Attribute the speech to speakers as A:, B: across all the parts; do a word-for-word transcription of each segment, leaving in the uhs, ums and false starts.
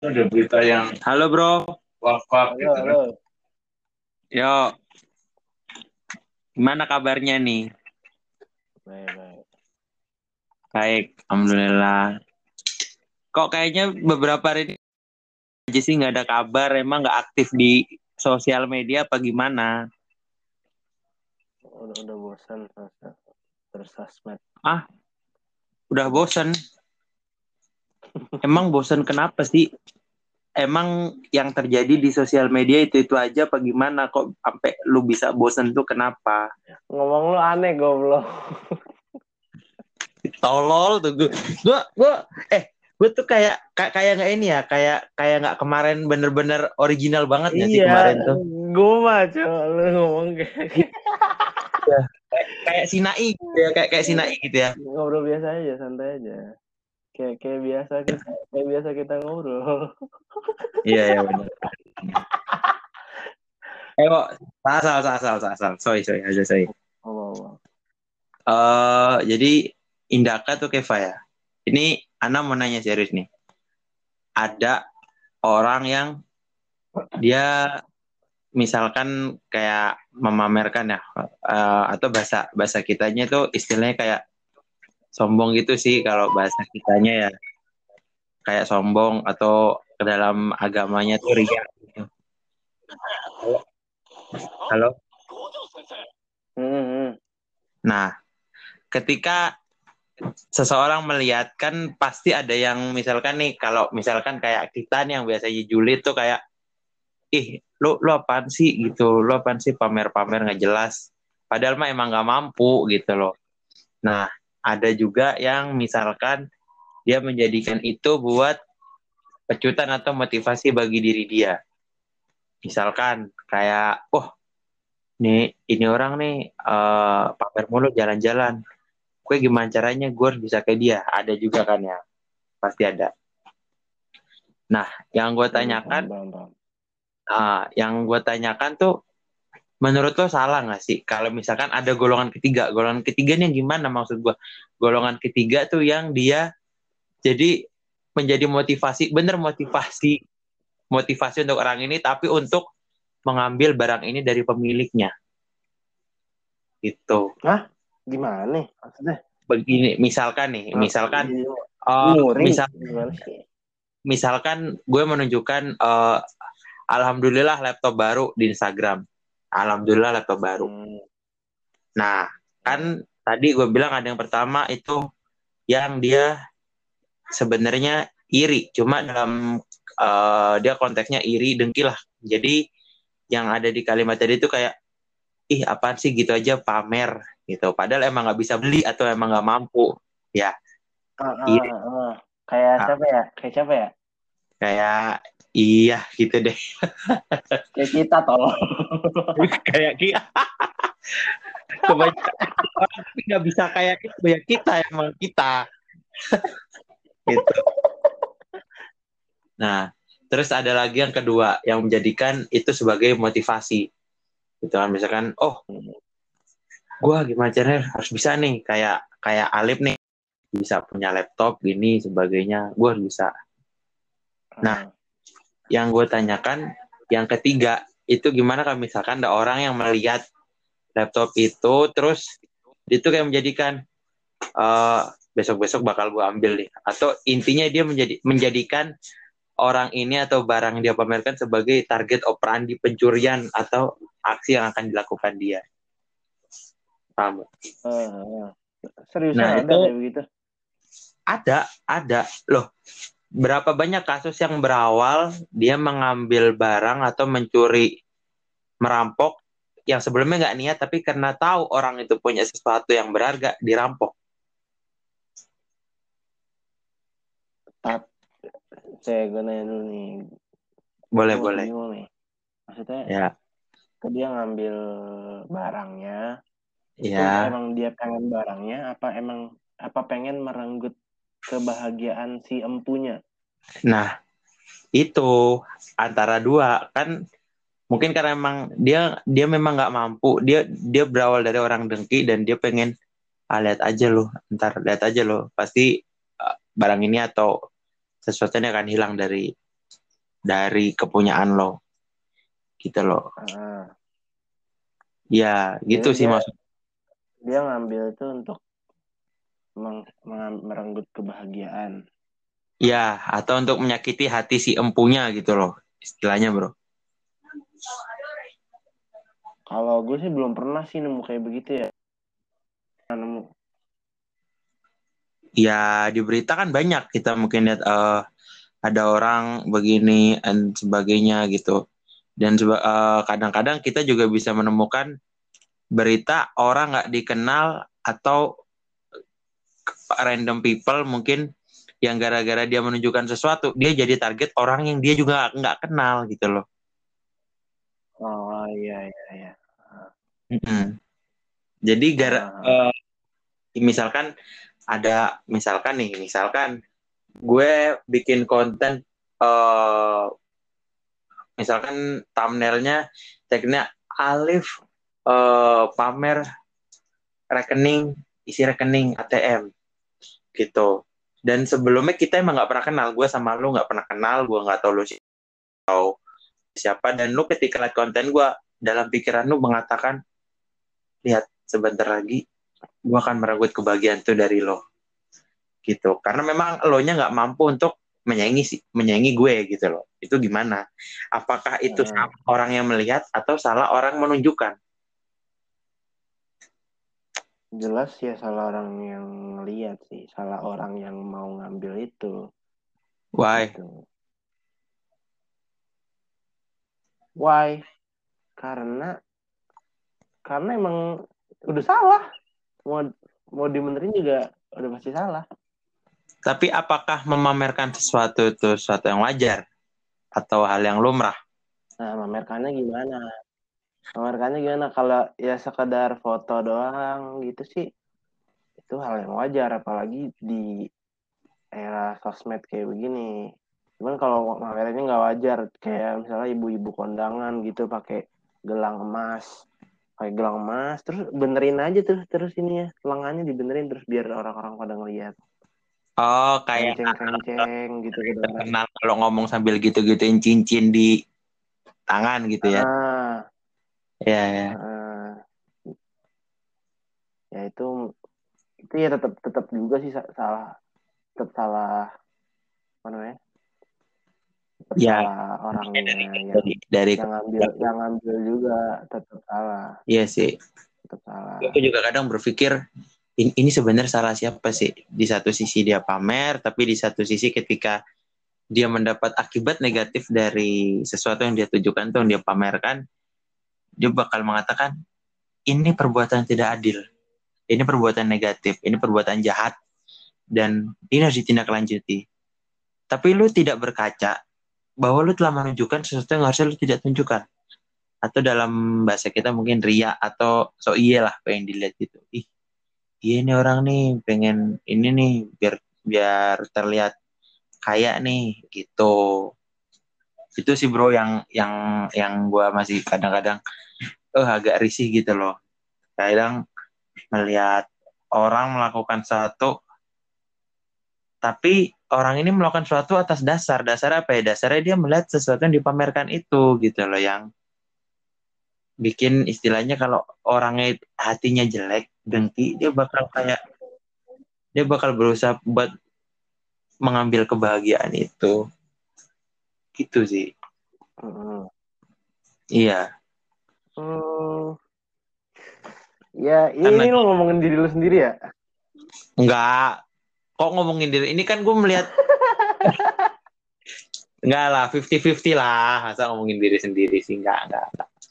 A: Ada berita yang halo bro, wafat
B: Halo,
A: gitu kan.
B: halo.
A: Yo, gimana kabarnya nih?
B: Baik, baik.
A: Baik, alhamdulillah. Kok kayaknya beberapa hari ini aja sih nggak ada kabar, emang nggak aktif di sosial media apa gimana?
B: Udah udah bosan bersosmed.
A: Ah, udah bosen. Emang bosen kenapa sih? Emang yang terjadi di sosial media itu-itu aja apa gimana? Kok sampai lu bisa bosen tuh kenapa?
B: Ngomong lu aneh goblok.
A: Tolol tuh gue. Gue, gue, eh, gue tuh kayak kayak kayak nggak ini ya, kayak kayak nggak kemarin bener-bener original banget nggak sih
B: Iya,
A: kemarin tuh?
B: gue mah coba lu ngomong kayak gitu.
A: Ya. Kayak, kayak Sinai gitu ya, kayak kayak Sinai gitu ya.
B: Ngobrol biasa aja, santai aja. Kayak kayak biasa kita, kayak biasa kita ngobrol.
A: Iya ya benar. Eh kok salah salah salah salah salah. Sorry sorry aja sorry.
B: Oh,
A: Eh jadi Indaka tuh Keva ya. Ini Ana mau nanya serius nih. Ada orang yang dia misalkan kayak memamerkan ya, eh, atau bahasa bahasa kitanya tuh istilahnya kayak sombong gitu sih kalau bahasa kitanya ya, kayak sombong atau ke dalam agamanya tuh ria gitu. Halo, halo.
B: hmm,
A: Nah, ketika seseorang melihat kan pasti ada yang misalkan nih, kalau misalkan kayak kita nih yang biasanya julid tuh kayak ih lu lu apaan sih gitu, lu apaan sih pamer-pamer nggak jelas, padahal mah emang nggak mampu gitu loh. Nah, ada juga yang misalkan dia menjadikan itu buat pecutan atau motivasi bagi diri dia. Misalkan kayak, oh nih ini orang nih uh, pamer mulu jalan-jalan. Gue gimana caranya gue harus bisa kayak dia? Ada juga kan ya, pasti ada. Nah, yang gue
B: hmm, paham,
A: tanyakan,
B: paham, paham.
A: uh, yang gue tanyakan tuh, menurut lo salah nggak sih? Kalau misalkan ada golongan ketiga, golongan ketiga nih yang gimana maksud gue? Golongan ketiga tuh yang dia jadi menjadi motivasi, bener motivasi, motivasi untuk orang ini, tapi untuk mengambil barang ini dari pemiliknya. Gitu.
B: Hah? Gimana nih? Maksudnya?
A: Begini, misalkan nih,
B: Ah,
A: misalkan,
B: jadi
A: uh,
B: nyuri
A: misal,
B: gimana sih?
A: misalkan gue menunjukkan, uh, alhamdulillah laptop baru di Instagram, alhamdulillah laptop baru.
B: Hmm,
A: Nah, kan
B: hmm.
A: tadi gue bilang ada yang pertama itu yang dia sebenarnya iri, cuma dalam uh, dia konteksnya iri dengki lah. Jadi yang ada di kalimat tadi itu kayak ih apaan sih gitu aja pamer gitu. Padahal emang nggak bisa beli atau emang nggak mampu. Ya,
B: Ah, ah,
A: iri.
B: ah, ah. Kayak
A: Ah,
B: siapa ya? Kayak siapa ya?
A: kayak iya gitu deh.
B: Kayak kita tolong.
A: Kayak kita kebanyakan orang tapi nggak bisa kayak kita, ya kita emang kita gitu. Nah, terus ada lagi yang kedua yang menjadikan itu sebagai motivasi. Gitu kan, misalkan, oh, gue gimana caranya harus bisa nih, kayak kayak Alip nih, bisa punya laptop gini sebagainya, gue harus bisa. Nah,
B: Hmm.
A: yang gue tanyakan, yang ketiga, itu gimana kalau misalkan ada orang yang melihat laptop itu, terus itu kayak menjadikan, uh, besok-besok bakal gue ambil nih. Atau intinya dia menjadi menjadikan orang ini atau barang yang dia pamerkan sebagai target operandi pencurian atau aksi yang akan dilakukan dia. Paham?
B: Uh, seriusan
A: Nah,
B: ada
A: itu
B: kayak begitu?
A: ada, ada. Loh, berapa banyak kasus yang berawal dia mengambil barang atau mencuri, merampok yang sebelumnya nggak niat, tapi karena tahu orang itu punya sesuatu yang berharga, dirampok.
B: Tapi saya gue nanya dulu nih,
A: Boleh,
B: gue masih
A: boleh.
B: bingung nih. Maksudnya
A: Ya,
B: ke dia ngambil barangnya, itu
A: ya.
B: emang dia pengen barangnya, apa emang apa pengen merenggut kebahagiaan si empunya?
A: Nah, itu antara dua kan, mungkin karena memang dia dia memang nggak mampu, dia dia berawal dari orang dengki dan dia pengen, ah, lihat aja loh, ntar lihat aja loh, pasti uh, barang ini atau sesuatu ini akan hilang dari dari kepunyaan lo, gitu loh.
B: Uh,
A: Ya, gitu
B: jadi
A: sih
B: dia
A: maksud.
B: dia ngambil itu untuk meng- meng- merenggut kebahagiaan.
A: Ya, atau untuk menyakiti hati si empunya gitu loh, istilahnya bro.
B: Kalau gue sih belum pernah sih nemu kayak begitu ya. Nemu.
A: Ya, di berita kan banyak kita mungkin lihat eh, ada orang begini dan sebagainya gitu. Dan seba- eh, kadang-kadang kita juga bisa menemukan berita orang nggak dikenal atau random people mungkin yang gara-gara dia menunjukkan sesuatu, dia jadi target orang yang dia juga nggak kenal gitu loh.
B: Oh iya iya iya.
A: Mm-mm. Jadi gara
B: Uh,
A: eh, misalkan ada misalkan nih, misalkan gue bikin konten eh misalkan thumbnailnya tagnya Alif eh, pamer rekening, isi rekening A T M gitu. Dan sebelumnya kita emang nggak pernah kenal, gue sama lu nggak pernah kenal, gue nggak tahu lu siapa, dan lu ketika lihat konten gue, dalam pikiran lu mengatakan, lihat sebentar lagi gue akan merenggut kebahagiaan tuh dari lo gitu, karena memang lo nya nggak mampu untuk menyaingi sih menyaingi gue gitu loh. Itu gimana, apakah itu
B: uh,
A: salah orang yang melihat atau salah orang menunjukkan?
B: jelas ya salah orang yang lihat sih, salah orang yang mau ngambil itu
A: Why?
B: gitu. Why? Karena karena emang udah salah. Mau mau dibenerin juga udah pasti salah.
A: Tapi apakah memamerkan sesuatu itu sesuatu yang wajar atau hal yang lumrah?
B: Nah, mamerkannya gimana? Mamerkannya gimana? Kalau ya sekedar foto doang gitu sih, itu hal yang wajar. Apalagi di era sosmed kayak begini. Cuman kalau mamernya nggak wajar, kayak misalnya ibu-ibu kondangan gitu pakai gelang emas, pakai gelang emas, terus benerin aja terus terus ini ya, lengannya dibenerin terus biar orang-orang pada ngeliat,
A: Oh, kayak
B: kenceng-kenceng gitu kedengeran.
A: terkenal kalau ngomong sambil gitu-gituin cincin di tangan gitu ya.
B: Ah,
A: Ya, ya.
B: ah, ya itu itu ya tetap tetap juga sih salah, tetap salah apa namanya, tetap
A: Ya,
B: salah orangnya
A: dari
B: yang
A: dari dari
B: yang ngambil yang ngambil juga tetap salah,
A: Iya sih.
B: tetap salah.
A: Aku juga kadang berpikir ini, ini sebenarnya salah siapa sih? Di satu sisi dia pamer, tapi di satu sisi ketika dia mendapat akibat negatif dari sesuatu yang dia tujukan tuh yang dia pamerkan, dia bakal mengatakan ini perbuatan tidak adil, ini perbuatan negatif, ini perbuatan jahat, dan ini harus ditindaklanjuti. Tapi lu tidak berkaca bahwa lu telah menunjukkan sesuatu yang harusnya lu tidak tunjukkan. Atau dalam bahasa kita mungkin ria atau so iya lah pengen dilihat gitu. Ih, iya ini orang nih pengen ini nih biar biar terlihat kaya nih gitu. Itu sih bro yang yang yang gue masih kadang-kadang eh agak risih gitu loh. Kadang melihat orang melakukan sesuatu, tapi orang ini melakukan sesuatu atas dasar dasar apa ya? Dasarnya dia melihat sesuatu yang dipamerkan itu gitu loh, yang bikin istilahnya kalau orangnya hatinya jelek, dengki, dia bakal kayak dia bakal berusaha buat mengambil kebahagiaan itu. Gitu sih.
B: Hmm.
A: Iya.
B: Hmm, ya
A: Karena
B: ini lo ngomongin diri lo sendiri ya.
A: enggak, kok ngomongin diri ini kan gue melihat enggak lah, fifty fifty lah, masa ngomongin diri sendiri sih, enggak enggak.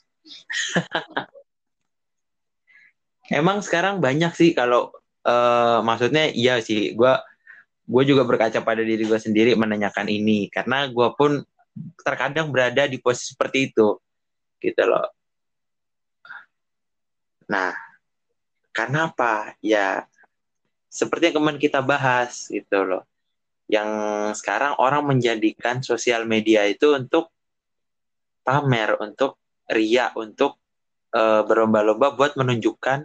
A: Emang sekarang banyak sih kalau eh, maksudnya iya sih, gue gue juga berkaca pada diri gue sendiri menanyakan ini karena gue pun terkadang berada di posisi seperti itu gitu loh. Nah, karena apa? Ya seperti yang kemarin kita bahas gitu loh. Yang sekarang orang menjadikan sosial media itu untuk pamer, untuk ria, untuk uh, berlomba-lomba buat menunjukkan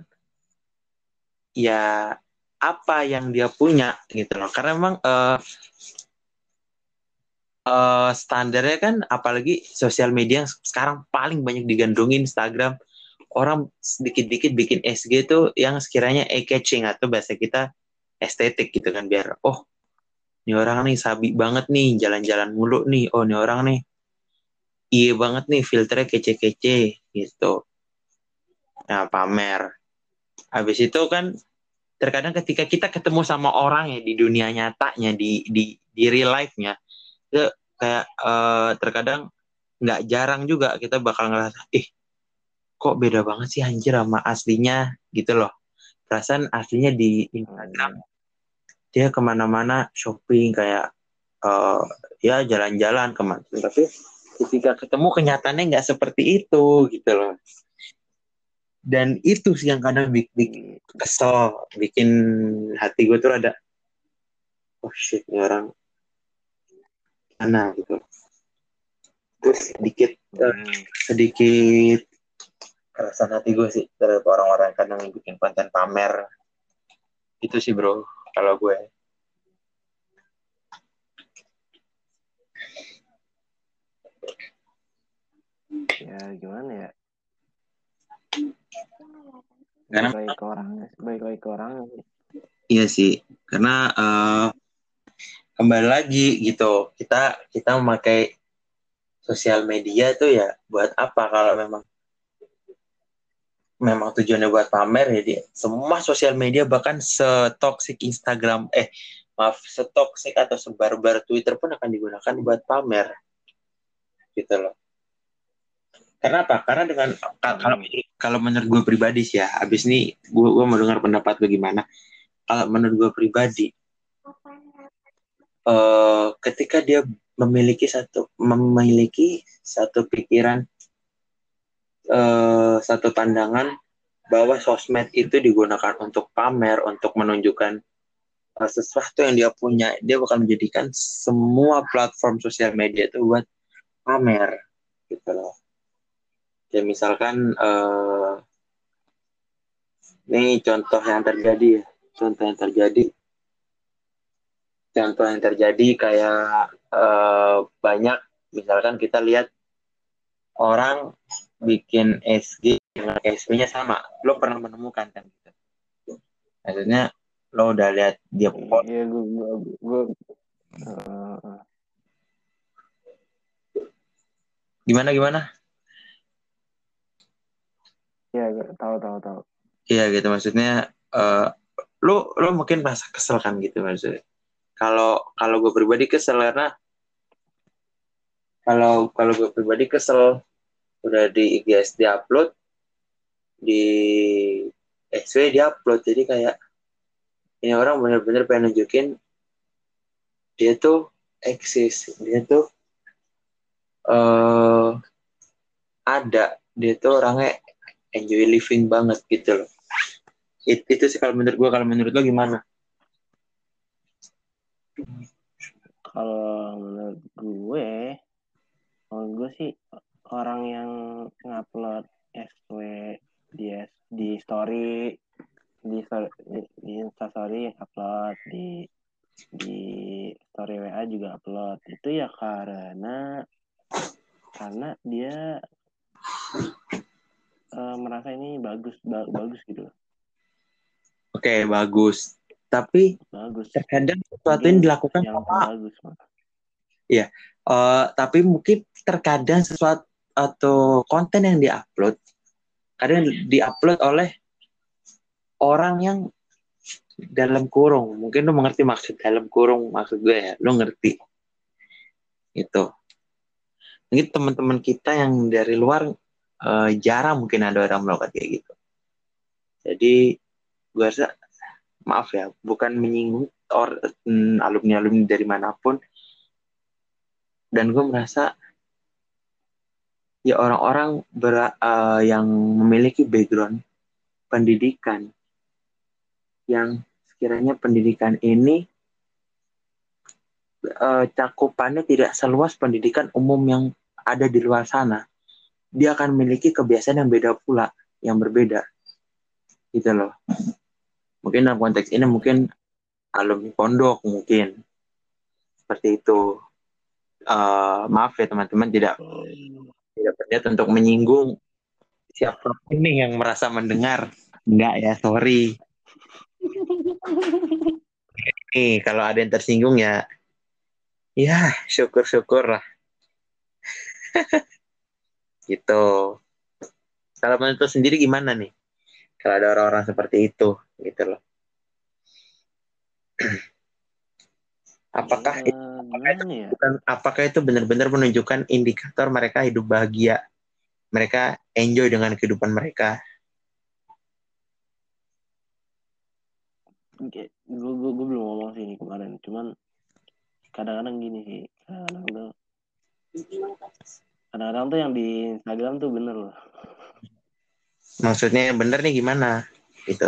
A: ya apa yang dia punya gitu loh. Karena memang uh, uh, standarnya kan, apalagi sosial media yang sekarang paling banyak digandrungi Instagram, orang sedikit-dikit bikin S G tuh yang sekiranya eye-catching atau bahasa kita estetik gitu kan, biar oh ini orang nih sabi banget nih jalan-jalan mulu nih, oh ini orang nih iya banget nih filternya kece-kece gitu. Nah pamer. Habis itu kan terkadang ketika kita ketemu sama orang ya di dunia nyatanya, di di di real life-nya, itu kayak eh, terkadang nggak jarang juga kita bakal ngerasa, ih kok beda banget sih anjir sama aslinya gitu loh. Perasaan aslinya di
B: Oh,
A: Instagram
B: iya.
A: dia kemana-mana shopping kayak eh, ya jalan-jalan kemana. Tapi ketika ketemu kenyataannya nggak seperti itu gitu loh. Dan itu sih yang kadang bikin, bikin
B: Gitu.
A: kesel, bikin hati gue tuh ada, oh shit, ini orang mana gitu. Terus sedikit eh,
B: Hmm.
A: sedikit perasaan hati gue sih terhadap orang-orang yang kadang bikin konten pamer. Itu sih bro, kalau gue.
B: Ya gimana ya?
A: Karena
B: Baik lagi ke orangnya, baik lagi ke orangnya sih.
A: iya sih, karena uh, kembali lagi gitu, kita kita memakai sosial media tuh ya buat apa kalau memang memang tujuannya buat pamer ya dia. Semua sosial media bahkan setoksik Instagram, eh maaf, setoksik atau sebarbar Twitter pun akan digunakan buat pamer gitu loh. Karena apa? Karena dengan kalau
B: Hmm.
A: kalau menurut gue pribadi sih ya, abis ini gue gue mau dengar pendapat lu gimana. Kalau menurut gue pribadi, eh, ketika dia memiliki satu memiliki satu pikiran, eh, satu pandangan bahwa sosmed itu digunakan untuk pamer, untuk menunjukkan uh, sesuatu yang dia punya, dia bakal menjadikan semua platform sosial media itu buat pamer gitu loh. Ya misalkan uh, ini contoh yang terjadi ya, contoh yang terjadi, contoh yang terjadi kayak uh, banyak, misalkan kita lihat orang bikin S G dengan S P-nya sama, lo pernah menemukan kan gitu. Maksudnya lo udah lihat dia post
B: Iya, gue gue gue uh,
A: gimana gimana?
B: ya gue tahu tahu tahu.
A: Iya gitu maksudnya, uh, lo lo mungkin merasa kesel kan gitu maksudnya. Kalau kalau gue pribadi kesel karena kalau kalau gue pribadi kesel udah di I G S diupload, di S W diupload, jadi kayak ini orang bener-bener pengen nunjukin dia tuh eksis, dia tuh uh, ada, dia tuh orangnya enjoy living banget gitu loh. It, itu sih kalau menurut gue, kalau menurut lo gimana?
B: Kalau menurut gue, menurut gue sih orang yang ngupload S W di di story di story, di, di Insta story upload di di story W A juga upload itu ya karena karena dia uh, merasa ini bagus ba- bagus gitu
A: Oke okay, bagus, tapi
B: bagus
A: terkadang sesuatu ini
B: mungkin
A: dilakukan
B: yang
A: sama,
B: terbagus malah.
A: ya, uh, tapi mungkin terkadang sesuatu atau konten yang diupload kadang diupload oleh orang yang dalam kurung, mungkin lo mengerti maksud dalam kurung maksud gue ya, lo ngerti itu. Mungkin teman-teman kita yang dari luar uh, jarang mungkin ada orang melakukan kayak gitu. Jadi gue rasa, maaf ya, bukan menyinggung or mm, alumni-alumni dari manapun, dan gue merasa ya orang-orang ber, uh, yang memiliki background pendidikan, yang sekiranya pendidikan ini uh, cakupannya tidak seluas pendidikan umum yang ada di luar sana, dia akan memiliki kebiasaan yang beda pula, yang berbeda gitu loh. Mungkin dalam konteks ini mungkin alumni pondok mungkin seperti itu. uh, maaf ya teman-teman, tidak tidak berniat untuk menyinggung siapapun nih yang merasa mendengar. Enggak ya, sorry. Nih, kalau ada yang tersinggung ya, ya syukur-syukur lah. Gitu. Kalau menurut sendiri gimana nih? Kalau ada orang-orang seperti itu, gitu loh. Apakah
B: Ya,
A: itu, apakah itu
B: gimana ya?
A: bukan, apakah itu benar-benar menunjukkan indikator mereka hidup bahagia, mereka enjoy dengan kehidupan mereka?
B: Gue, gue, gue belum ngomong sih ini kemarin. Cuman kadang-kadang gini sih. Kadang-kadang tuh, kadang-kadang tuh yang di Instagram tuh bener loh.
A: Maksudnya yang benar nih gimana? Gitu.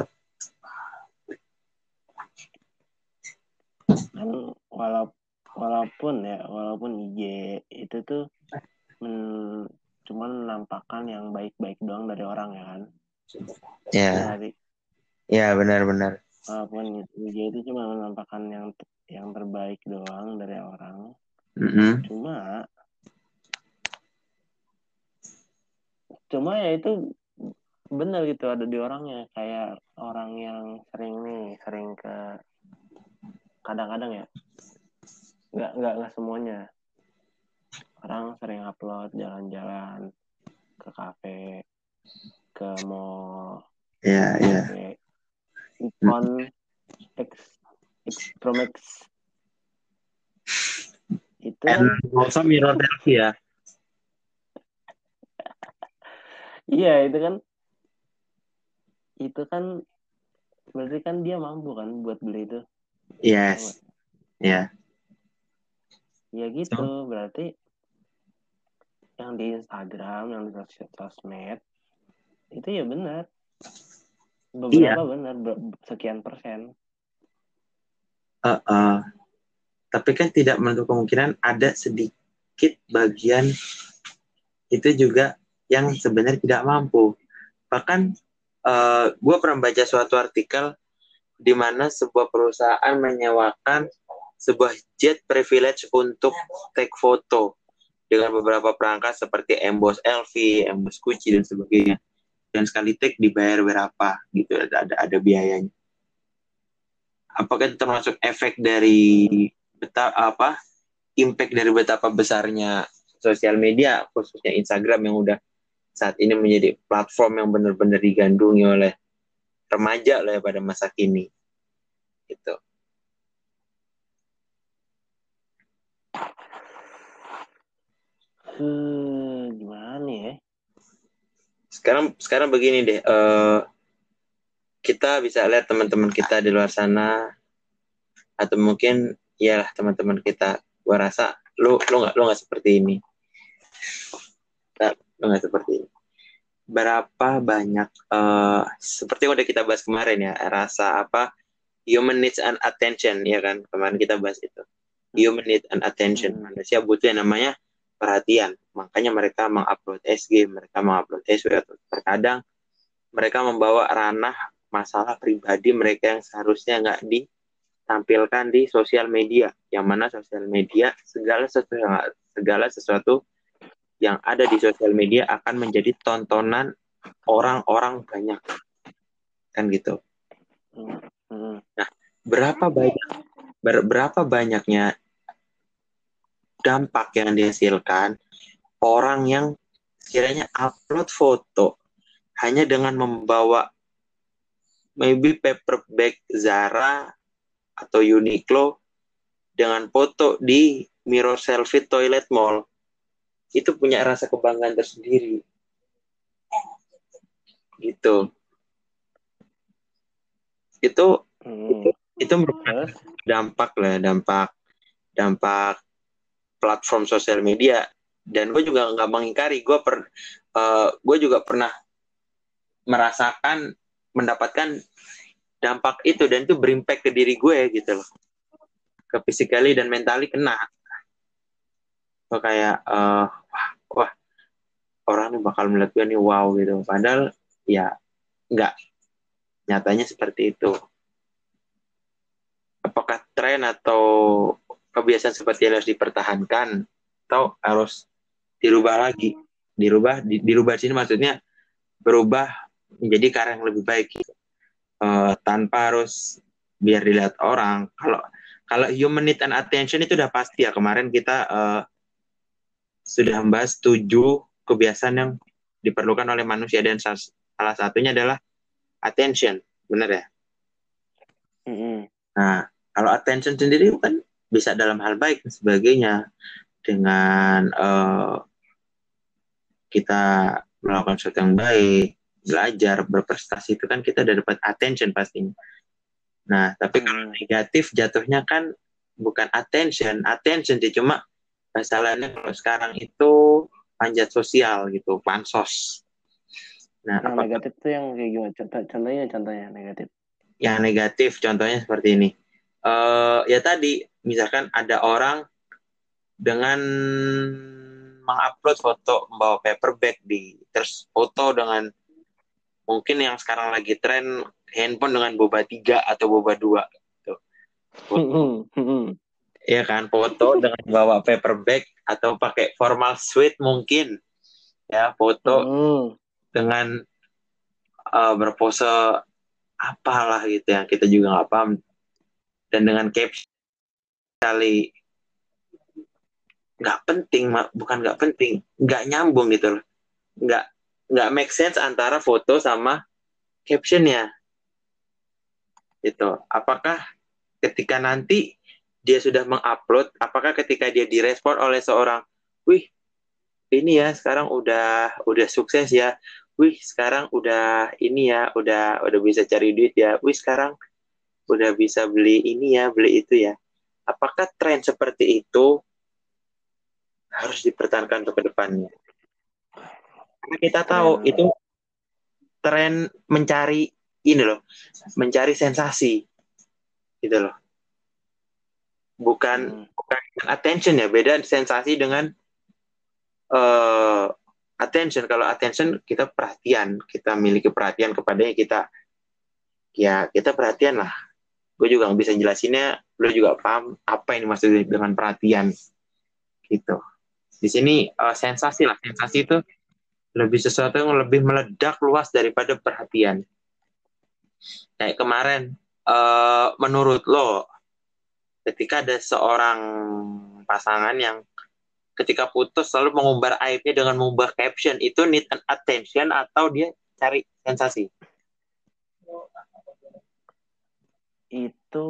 B: Kan walaupun walaupun ya, walaupun I G itu tuh men, cuman menampakkan yang baik-baik doang dari orang ya kan.
A: Ya,
B: Ya nggak sih?
A: ya benar-benar.
B: Walaupun I G itu cuma menampakkan yang yang terbaik doang dari orang.
A: Mm-mm.
B: Cuma cuma ya itu benar gitu ada di orangnya, kayak orang yang sering nih sering ke, kadang-kadang ya, nggak nggak nggak semuanya, orang sering upload jalan-jalan ke kafe, ke mall,
A: Ya, ya.
B: pakai ikon X X Pro Max itu
A: And
B: kan.
A: also mirror selfie ya.
B: Iya itu kan, itu kan berarti kan dia mampu kan buat beli itu.
A: Yes. Ya.
B: Ya gitu,
A: So,
B: berarti yang di Instagram, yang di sos- sosmed itu ya benar,
A: iya.
B: beberapa benar, sekian persen.
A: Uh-uh. Tapi kan tidak menutup kemungkinan ada sedikit bagian itu juga yang sebenarnya tidak mampu. Bahkan uh, gue pernah baca suatu artikel di mana sebuah perusahaan menyewakan sebuah jet privilege untuk take foto dengan beberapa perangkat seperti emboss L V, emboss Gucci dan sebagainya. Dan sekali take dibayar berapa gitu, ada ada, ada biayanya. Apakah itu termasuk efek dari betapa apa impact dari betapa besarnya sosial media khususnya Instagram yang udah saat ini menjadi platform yang benar-benar digandrungi oleh remaja lah ya pada masa kini gitu.
B: Hmm, gimana ya?
A: Sekarang sekarang begini deh, uh, kita bisa lihat teman-teman kita di luar sana atau mungkin ya teman-teman kita, gua rasa lu lu nggak lu nggak seperti ini, lu nggak seperti ini. Berapa banyak uh, seperti yang udah kita bahas kemarin ya, rasa apa human needs and attention ya kan, kemarin kita bahas itu. Human needs and attention,
B: Hmm.
A: manusia butuh yang namanya perhatian, makanya mereka mengupload S G, mereka mengupload S W. Terkadang mereka membawa ranah masalah pribadi mereka yang seharusnya nggak ditampilkan di sosial media, yang mana sosial media segala sesuatu segala sesuatu yang ada di sosial media akan menjadi tontonan orang-orang banyak kan gitu.
B: Hmm.
A: Nah, berapa banyak ber, berapa banyaknya dampak yang dihasilkan orang yang kiranya upload foto hanya dengan membawa maybe paper bag Zara atau Uniqlo dengan foto di mirror selfie toilet mall, itu punya rasa kebanggaan tersendiri gitu. Itu itu
B: Hmm.
A: itu merupakan dampak lah, dampak dampak platform sosial media. Dan gue juga nggak mengingkari, gue per uh, gue juga pernah merasakan mendapatkan dampak itu, dan itu berimpact ke diri gue gitu loh, ke physically dan mentally kena. Gue kayak uh, wah, wah orang nih bakal melihat gue nih wow gitu, padahal ya nggak, nyatanya seperti itu. Apakah tren atau kebiasaan seperti ini harus dipertahankan? atau harus dirubah lagi? Dirubah, di, dirubah sini maksudnya berubah menjadi karya yang lebih baik gitu. Uh, tanpa harus biar dilihat orang. Kalau kalau human need and attention itu udah pasti ya. Kemarin kita uh, sudah membahas tujuh kebiasaan yang diperlukan oleh manusia dan salah satunya adalah attention, benar ya?
B: Mm-hmm.
A: Nah, kalau attention sendiri kan bisa dalam hal baik dan sebagainya dengan uh, kita melakukan sesuatu yang baik, belajar, berprestasi itu kan kita udah dapat attention pastinya. Nah, tapi kalau negatif jatuhnya kan bukan attention, attention sih cuma masalahnya kalau sekarang itu panjat sosial gitu, pansos. Nah,
B: yang
A: apa
B: negatif tuh yang kayak gimana? Contoh, contohnya, contohnya negatif.
A: Yang negatif, contohnya seperti ini. Uh, ya tadi, misalkan ada orang dengan mengupload foto membawa paper bag di, terus foto dengan mungkin yang sekarang lagi tren handphone dengan boba tiga atau boba dua. Gitu. Ya kan, foto dengan bawa paper bag atau pakai formal suit mungkin ya, foto
B: mm.
A: dengan uh, berpose apalah gitu yang kita juga nggak paham, dan dengan caption kali nggak penting, bukan nggak penting, nggak nyambung gitu loh, nggak nggak make sense antara foto sama captionnya gitu. Apakah ketika nanti dia sudah mengupload, apakah ketika dia direspon oleh seorang, wih ini ya sekarang udah udah sukses ya, wih sekarang udah ini ya, udah udah bisa cari duit ya, wih sekarang udah bisa beli ini ya, beli itu ya, apakah tren seperti itu harus dipertahankan untuk kedepannya? Karena kita tren. tahu itu tren mencari ini loh, mencari sensasi gitu loh, bukan hmm. bukan attention ya, beda sensasi dengan uh, attention. Kalau attention kita perhatian, kita miliki perhatian kepadanya, kita ya kita perhatian lah. Gue juga nggak bisa jelasinnya, lo juga paham apa yang dimaksud dengan perhatian gitu. Di sini uh, sensasi lah, sensasi itu lebih sesuatu yang lebih meledak luas daripada perhatian. Kayak kemarin, uh, menurut lo, ketika ada seorang pasangan yang ketika putus selalu mengumbar aibnya dengan mengubah caption, itu need an attention atau dia cari sensasi?
B: Itu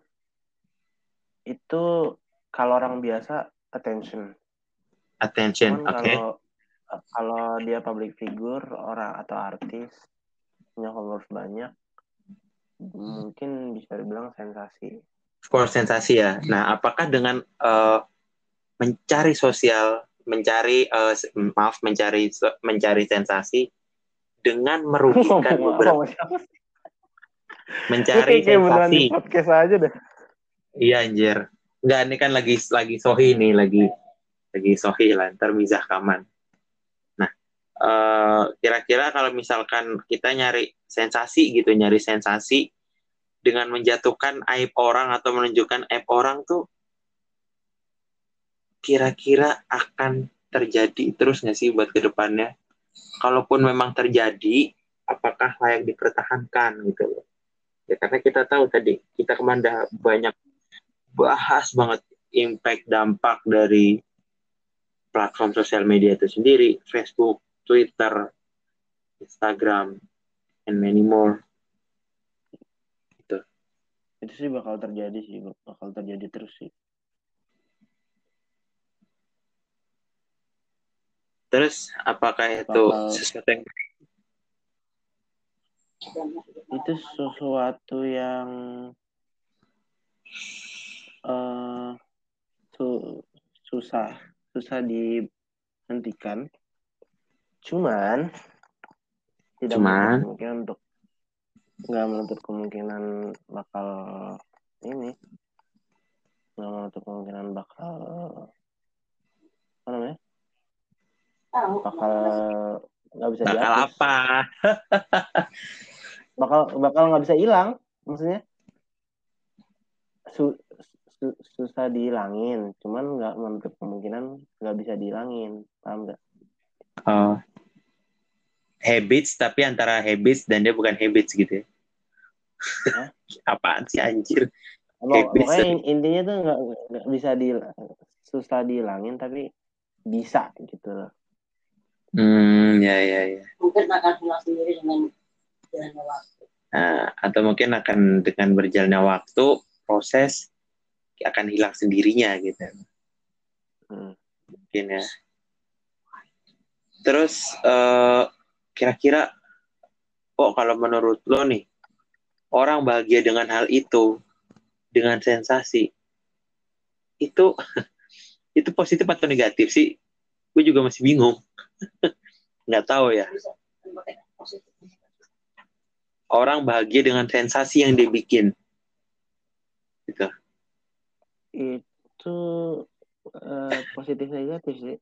B: itu kalau orang biasa attention.
A: Attention, oke. Okay.
B: Kalau kalau dia public figure, orang atau artis punya followers banyak, mungkin bisa dibilang sensasi.
A: Of course sensasi ya. Nah, apakah dengan uh, mencari sosial, mencari uh, maaf mencari mencari sensasi dengan merugikan beberapa, mencari sensasi.
B: Podcast aja deh.
A: Iya anjir. Enggak, ini kan lagi lagi sohi nih, lagi lagi sohi lah, ntar mizah kaman. Nah, uh, kira-kira kalau misalkan kita nyari sensasi gitu, nyari sensasi dengan menjatuhkan aib orang atau menunjukkan aib orang tuh, kira-kira akan terjadi terus nggak sih buat kedepannya? Kalaupun memang terjadi, apakah layak dipertahankan gitu loh? Ya karena kita tahu tadi, kita kemana banyak bahas banget impact dampak dari platform sosial media itu sendiri, Facebook, Twitter, Instagram, and many more. Gitu.
B: Itu sih bakal terjadi sih, bakal terjadi terus sih.
A: Terus apakah itu bakal... sesuatu yang
B: itu sesuatu yang uh, su- susah susah dihentikan, cuman tidak
A: cuman
B: menutup kemungkinan untuk nggak menutup kemungkinan bakal ini nggak menutup kemungkinan bakal apa namanya bakal nggak bisa
A: bakal
B: dihapus.
A: apa
B: bakal bakal nggak bisa hilang, maksudnya Su, su- susah dihilangin, cuman nggak menutup kemungkinan nggak bisa dihilangin, paham nggak?
A: Oh, habits tapi antara habits dan dia bukan habits gitu ya.
B: Hah?
A: Apaan sih anjir?
B: Pok-
A: Habits.
B: Pokoknya in- intinya tuh nggak nggak bisa di susah dihilangin tapi bisa gitu loh.
A: Hmm, ya ya ya. Mungkin akan hilang sendiri dengan berjalannya waktu. Nah, atau mungkin akan dengan berjalannya waktu proses akan hilang sendirinya gitu.
B: Hmm.
A: Mungkin ya. Terus eh, kira-kira kok kalau menurut lo nih orang bahagia dengan hal itu, dengan sensasi itu itu positif atau negatif sih? Gue juga masih bingung. Nggak tahu ya. Orang bahagia dengan sensasi yang dia bikin. Gitu.
B: Itu eh, positif negatif sih.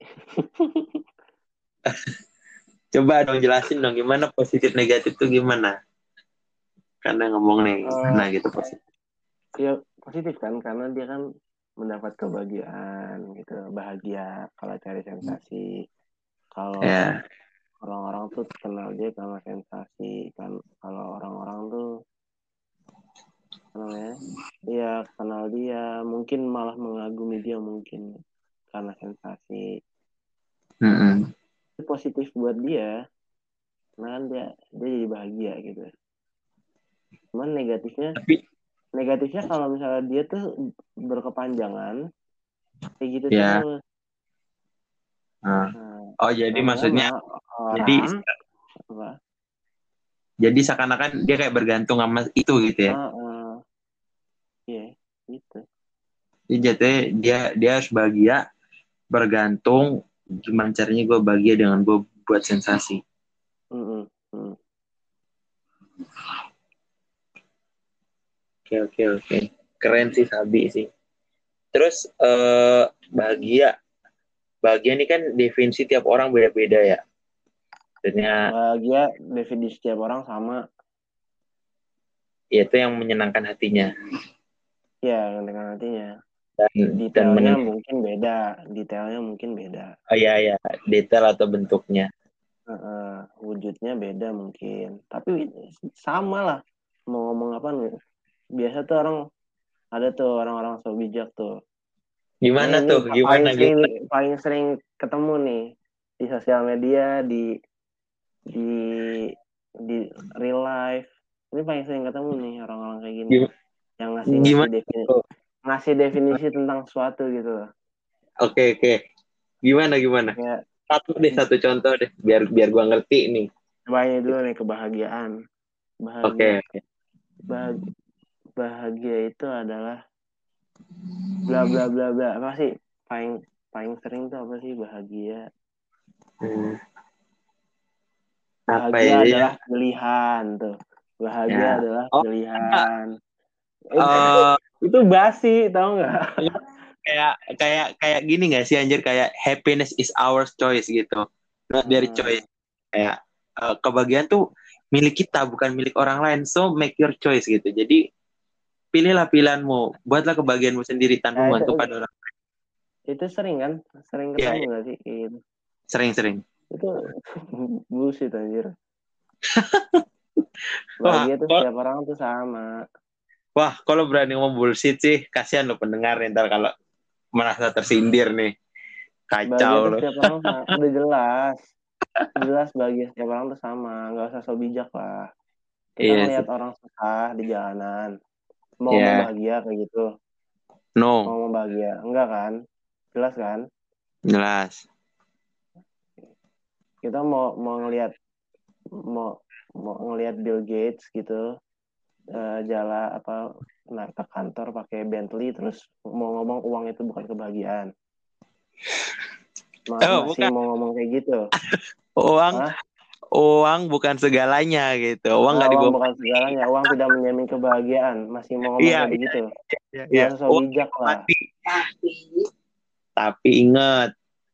A: Coba dong jelasin dong gimana positif negatif itu gimana? Karena ngomong nih
B: Eh,
A: gimana gitu positif.
B: ya positif kan karena dia kan mendapat kebahagiaan gitu, bahagia kalau cari sensasi. Kalau
A: Ya.
B: orang-orang tuh kenal dia karena sensasi kan, kalau orang-orang tuh apa namanya, ya kenal dia mungkin malah mengagumi dia mungkin karena sensasi.
A: Mm-mm.
B: Itu positif buat dia karena kan dia dia jadi bahagia gitu. Cuman negatifnya
A: Tapi
B: negatifnya kalau misalnya dia tuh berkepanjangan kayak gitu
A: ya.
B: terus.
A: Nah.
B: Nah,
A: Oh jadi
B: lama-lama
A: maksudnya jadi
B: orang apa
A: jadi seakan-akan dia kayak bergantung sama itu gitu ya.
B: ah ah, iya gitu.
A: Jadi jatuhnya dia dia harus bahagia bergantung gimana caranya gue bahagia dengan gue buat sensasi.
B: Mm-mm, mm.
A: Oke oke oke. Keren sih Sabi sih. Terus eh, bahagia bahagia ini kan definisi tiap orang beda-beda ya. Sebenarnya
B: Bahagia definisi setiap orang sama,
A: itu yang menyenangkan hatinya
B: ya dengan nantinya
A: dan dan
B: detailnya
A: menentukan
B: mungkin beda, detailnya mungkin beda.
A: oh, ya ya detail atau bentuknya.
B: Heeh, wujudnya beda mungkin tapi sama lah, mau ngomong apa nih, biasa tuh orang ada tuh orang-orang so bijak tuh. Nah
A: Gimana
B: ini
A: tuh?
B: paling
A: Gimana
B: sering
A: gimana?
B: paling sering ketemu nih di sosial media, di di di real life. Ini paling sering ketemu nih orang-orang kayak gini
A: Gim-
B: yang ngasih ngasih
A: Gimana
B: definisi
A: tuh?
B: ngasih definisi tentang suatu gitu loh.
A: Oke oke. Gimana gimana?
B: Kayak
A: Satu deh satu contoh deh biar biar gua ngerti nih.
B: coba ini dulu nih, kebahagiaan. Bahagia,
A: Oke.
B: bah- bahagia itu adalah bla bla bla bla. Apa sih paling paling sering tuh apa sih bahagia?
A: Hmm, apa
B: Bahagia
A: ya?
B: adalah pilihan tuh. Bahagia
A: Ya.
B: adalah
A: Oh, enggak.
B: pilihan. Itu,
A: Eh,
B: itu basi, tau nggak?
A: kayak kayak kayak gini nggak sih anjir kayak happiness is our choice gitu. Not their choice.
B: Heeh.
A: Kayak eh, kebahagiaan tuh milik kita bukan milik orang lain. So make your choice gitu. Jadi pilihlah pilihanmu, buatlah kebahagiaanmu sendiri tanpa
B: Nah, itu,
A: membantu pada orang.
B: itu sering kan? Sering
A: Ya,
B: ketemu
A: ya.
B: nggak sih? Kayak gitu.
A: Sering-sering.
B: Itu bullshit anjir.
A: Wah,
B: Bahagia tuh
A: kok,
B: setiap orang tuh sama.
A: wah, kalau berani ngomong bullshit sih, kasihan lo pendengar nih, ntar kalau merasa tersindir nih, kacau
B: Bahagia tuh
A: lo.
B: setiap orang sama. Udah jelas. Jelas bahagia setiap orang tuh sama. Nggak usah so bijak lah. Kita
A: Iya sih.
B: ngelihat orang susah di jalanan. Mau ngomong
A: Ya,
B: bahagia kayak gitu. Mau
A: no,
B: ngomong bahagia. Enggak kan? Jelas kan?
A: jelas.
B: Kita mau mau ngelihat mau mau ngelihat Bill Gates gitu, eh, jalan apa naik ke kantor pakai Bentley terus mau ngomong uang itu bukan kebahagiaan. Ma-
A: Oh,
B: masih
A: bukan.
B: mau ngomong kayak gitu.
A: Uang,
B: Hah?
A: uang bukan segalanya gitu. Uang
B: Nah,
A: nggak
B: uang
A: dibawa.
B: bukan segalanya. Uang tidak menjamin kebahagiaan. Masih mau ngomong
A: Iya,
B: kayak
A: iya,
B: begitu.
A: iya,
B: Nggak
A: iya.
B: usah so
A: Uang
B: bijak
A: dibawa
B: lah.
A: mati. Tapi ingat,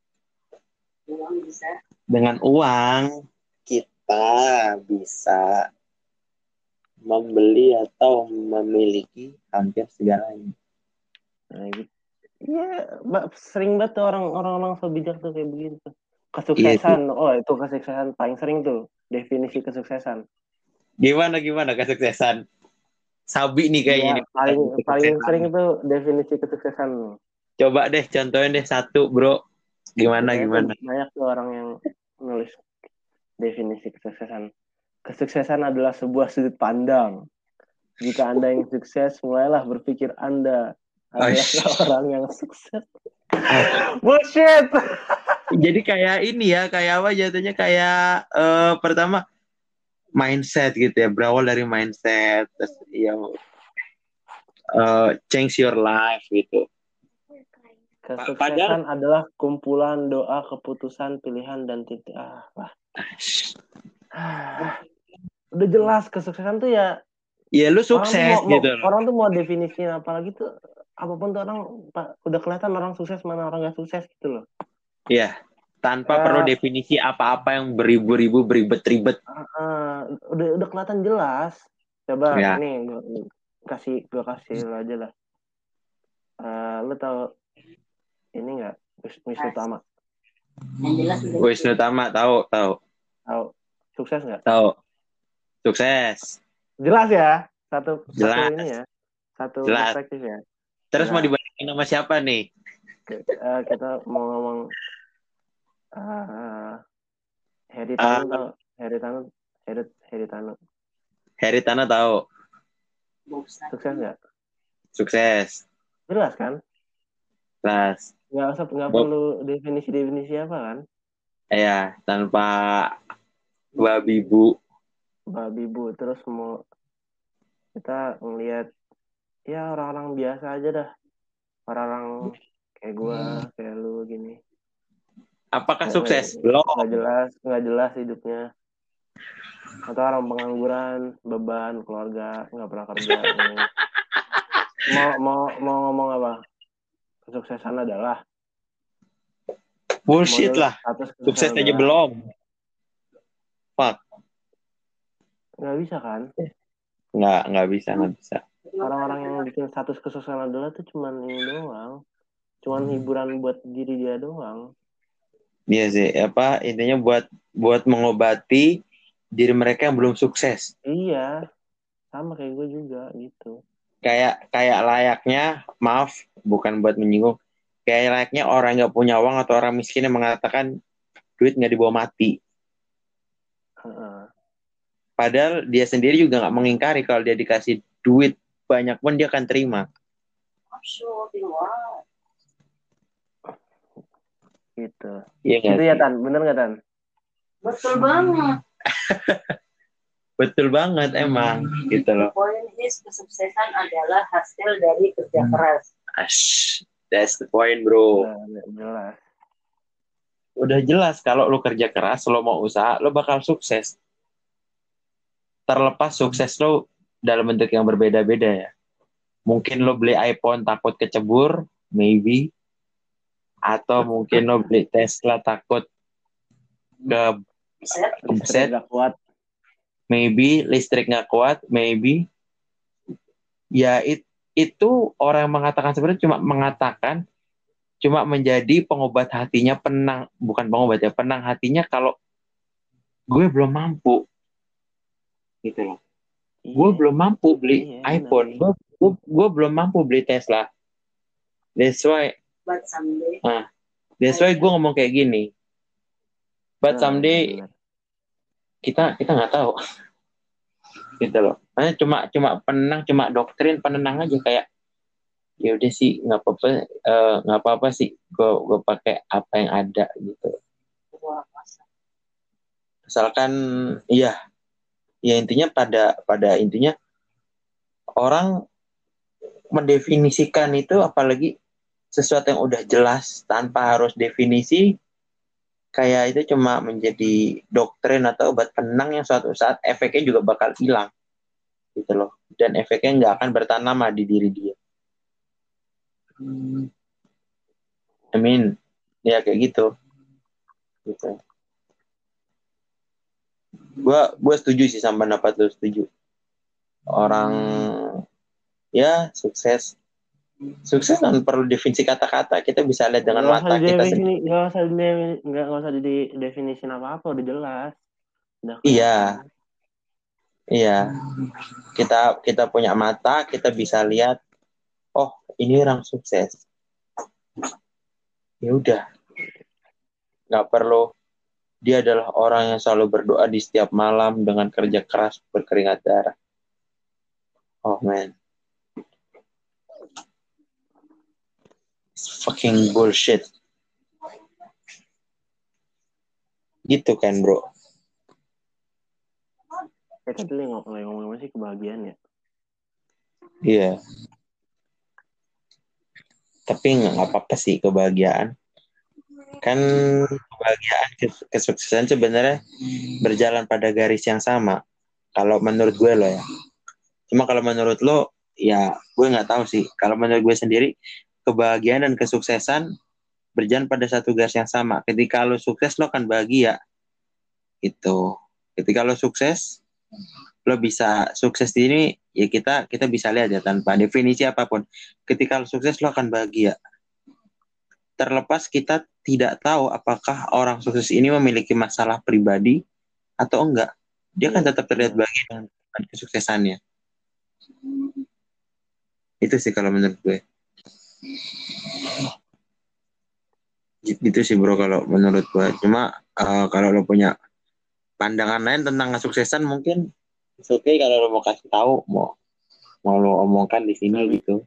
A: dengan uang kita bisa membeli atau memiliki hampir segalanya.
B: Nah, gitu. Iya, ba- sering banget tuh orang orang-orang so bijak tuh kayak begitu. Kesuksesan,
A: Iya.
B: oh itu kesuksesan paling sering tuh definisi kesuksesan.
A: Gimana gimana kesuksesan? Sabi nih
B: Iya,
A: kayaknya nih
B: paling paling
A: kesuksesan.
B: sering itu definisi kesuksesan.
A: Coba deh contohin deh satu, Bro. Gimana
B: Biasanya tuh
A: gimana?
B: banyak tuh orang yang nulis definisi kesuksesan. Kesuksesan adalah sebuah sudut pandang. Jika Anda yang sukses, mulailah berpikir Anda adalah
A: Aish.
B: seorang yang sukses.
A: Ah,
B: Bullshit!
A: jadi kayak ini ya, kayak apa jatuhnya kayak eh, pertama mindset gitu ya, berawal dari mindset, terus ya eh, change your life gitu. Pa- Padahal,
B: Kesuksesan adalah kumpulan doa, keputusan, pilihan, dan titik. Ah, wah.
A: Aish,
B: Ah, udah jelas kesuksesan tuh ya
A: ya lu
B: orang tuh
A: sukses
B: mau, mau
A: gitu loh.
B: orang tuh mau definisiin apalagi tuh apapun tuh orang pa- udah kelihatan orang sukses mana orang gak sukses gitu loh.
A: Ya, tanpa perlu
B: Ya,
A: definisi apa-apa yang beribu-ribu beribet-ribet.
B: uh, udah udah kelihatan jelas. Coba
A: Ya,
B: nih gua, kasih gua kasih lo aja lah. Uh, lo tau ini nggak Wisnu Tama?
A: Wisnu Tama tahu, tahu,
B: Tahu sukses nggak?
A: tahu. Sukses,
B: Jelas ya. Satu satu ini
A: jelas,
B: ya. Satu
A: jelas.
B: perspektif ya.
A: Terus mau
B: Jelas.
A: dibandingin sama siapa nih?
B: Uh, kita mau ngomong uh, Heri Tanu
A: Uh,
B: tau Heri Tanu Heri Heri Tanu
A: Heritano tahu.
B: sukses nggak?
A: Sukses,
B: Jelas kan?
A: jelas.
B: Nggak usah nggak
A: Bob,
B: perlu definisi-definisi apa kan?
A: ya tanpa babi bu.
B: Babi bu terus mau kita ngelihat ya orang-orang biasa aja dah, orang-orang kayak gua kayak lu gini
A: Apakah
B: nggak nggak
A: sukses? Belum.
B: nggak jelas nggak jelas hidupnya atau orang pengangguran beban keluarga nggak pernah kerja ini. mau mau mau ngomong apa kesuksesan adalah mau
A: Bullshit
B: nulis
A: lah.
B: status
A: Sukses
B: kesuksesan
A: aja
B: adalah
A: belum. Fuck.
B: nggak bisa kan
A: Nggak, nggak bisa, nggak bisa.
B: orang-orang yang bikin status kesuksesan adalah tuh cuman ini doang cuman hiburan buat diri dia doang.
A: Iya sih, apa intinya buat buat mengobati diri mereka yang belum sukses.
B: Iya sama kayak gue juga gitu.
A: Kayak kayak layaknya, maaf, bukan buat menyinggung. Kayak layaknya orang nggak punya uang atau orang miskin yang mengatakan duit nggak dibawa mati.
B: Uh-uh.
A: Padahal dia sendiri juga nggak mengingkari kalau dia dikasih duit banyak pun dia akan terima.
B: Gitu.
A: Iya nggak
B: Gitu ya
A: sih?
B: Tan, bener nggak Tan?
C: Betul banget.
A: Betul banget emang gitu loh.
C: Poin is kesuksesan adalah hasil dari kerja keras.
A: Ash, that's the point, bro.
B: Nah, jelas.
A: Udah jelas kalau lo kerja keras, lo mau usaha, lo bakal sukses. Terlepas sukses lo dalam bentuk yang berbeda-beda ya. Mungkin lo beli iPhone takut kecebur, maybe. Atau mungkin lo beli Tesla takut ke kebeset,
B: Listrik gak kuat.
A: maybe. Listrik nggak kuat, maybe. Ya it, itu orang yang mengatakan sebenarnya cuma mengatakan, cuma menjadi pengobat hatinya, penang, bukan pengobat ya, penang hatinya kalau gue belum mampu. Gitu loh.
B: Iya.
A: Gue belum mampu beli
B: Iya,
A: iPhone, gue, gue gue belum mampu beli Tesla. That's why,
C: But someday,
A: nah, that's why gue ngomong kayak gini. But someday
B: benar.
A: kita kita nggak tahu, gitu loh. Hanya cuma cuma penang, cuma doktrin penenang aja kayak ya udah sih nggak apa-apa, eh, nggak apa-apa sih, gue gue pakai apa yang ada gitu. Misalkan, iya, ya intinya pada pada intinya orang mendefinisikan itu apalagi sesuatu yang udah jelas tanpa harus definisi kayak itu cuma menjadi doktrin atau obat penang yang suatu saat efeknya juga bakal hilang gitu loh, dan efeknya nggak akan bertahan lama di diri dia. hmm. I mean ya kayak gitu gitu. Gue gue setuju sih sama pendapat lu, setuju orang ya sukses Sukses kan perlu definisi kata-kata, kita bisa lihat dengan
B: Nggak usah
A: mata kita
B: didefinisi,
A: sendiri.
B: nggak usah di, nggak nggak usah di definisi apa apa, udah jelas, udah
A: Iya,
B: kelihatan.
A: iya. Kita kita punya mata, kita bisa lihat, oh ini orang sukses. Ya udah, nggak perlu dia adalah orang yang selalu berdoa di setiap malam dengan kerja keras berkeringat darah. Oh man, it's fucking bullshit. Gitu kan bro?
B: Ya tadi lagi ngomong ngomong masih kebahagiaan ya.
A: Iya. Tapi nggak apa-apa sih kebahagiaan. Kan kebahagiaan, kesuksesan sebenarnya berjalan pada garis yang sama. Kalau menurut gue loh ya. Cuma kalau menurut lo, ya gue nggak tahu sih. Kalau menurut gue sendiri, kebahagiaan dan kesuksesan berjalan pada satu garis yang sama. Ketika lo sukses, lo akan bahagia. Gitu. Ketika lo sukses, lo bisa sukses di ini, ya kita kita bisa lihat ya tanpa definisi apapun. Ketika lo sukses, lo akan bahagia. Terlepas kita tidak tahu apakah orang sukses ini memiliki masalah pribadi atau enggak. Dia kan
B: Iya,
A: tetap terlihat
B: benar.
A: bahagia dengan kesuksesannya. Itu sih kalau menurut gue. Gitu sih bro kalau menurut gue. Cuma uh, kalau lo punya pandangan lain tentang kesuksesan mungkin oke okay kalau lo mau kasih tahu, mau mau lo omongkan di sini
B: Tapi
A: gitu.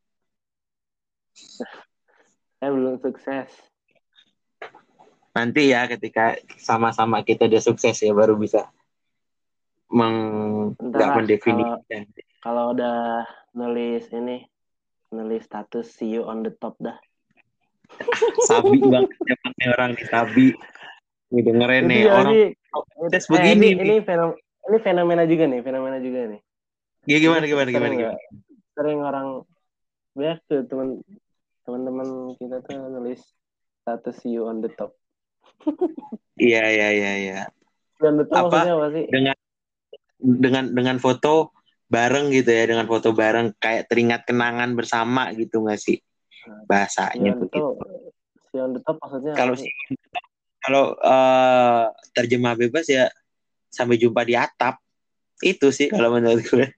B: saya belum sukses.
A: Nanti ya ketika sama-sama kita udah sukses ya baru bisa meng
B: Ntar
A: nggak
B: lah kalau
A: mendefinisikan.
B: kalau udah nulis ini, nulis status see you on the top dah.
A: Sabi banget emang nih orang nih sabi. Nih dengerin
B: Itu
A: nih
B: ya
A: orang
B: sih.
A: sukses
B: Eh ini
A: begini
B: ini
A: nih.
B: fenomena, ini fenomena juga nih, fenomena juga nih.
A: Ya,
B: Jadi
A: gimana gimana
B: sering
A: gimana
B: nggak,
A: gimana.
B: sering orang banyak tuh teman teman-teman kita tuh nulis status see you on the top.
A: Iya iya iya iya.
B: See you on the top
A: Apa
B: maksudnya apa sih?
A: dengan dengan dengan foto bareng gitu ya, dengan foto bareng kayak teringat kenangan bersama gitu nggak sih
B: See you
A: bahasanya
B: on the top,
A: begitu.
B: see you on the top maksudnya apa
A: Kalau
B: sih?
A: kalau uh, terjemah bebas ya sampai jumpa di atap itu sih kalau menurut gue.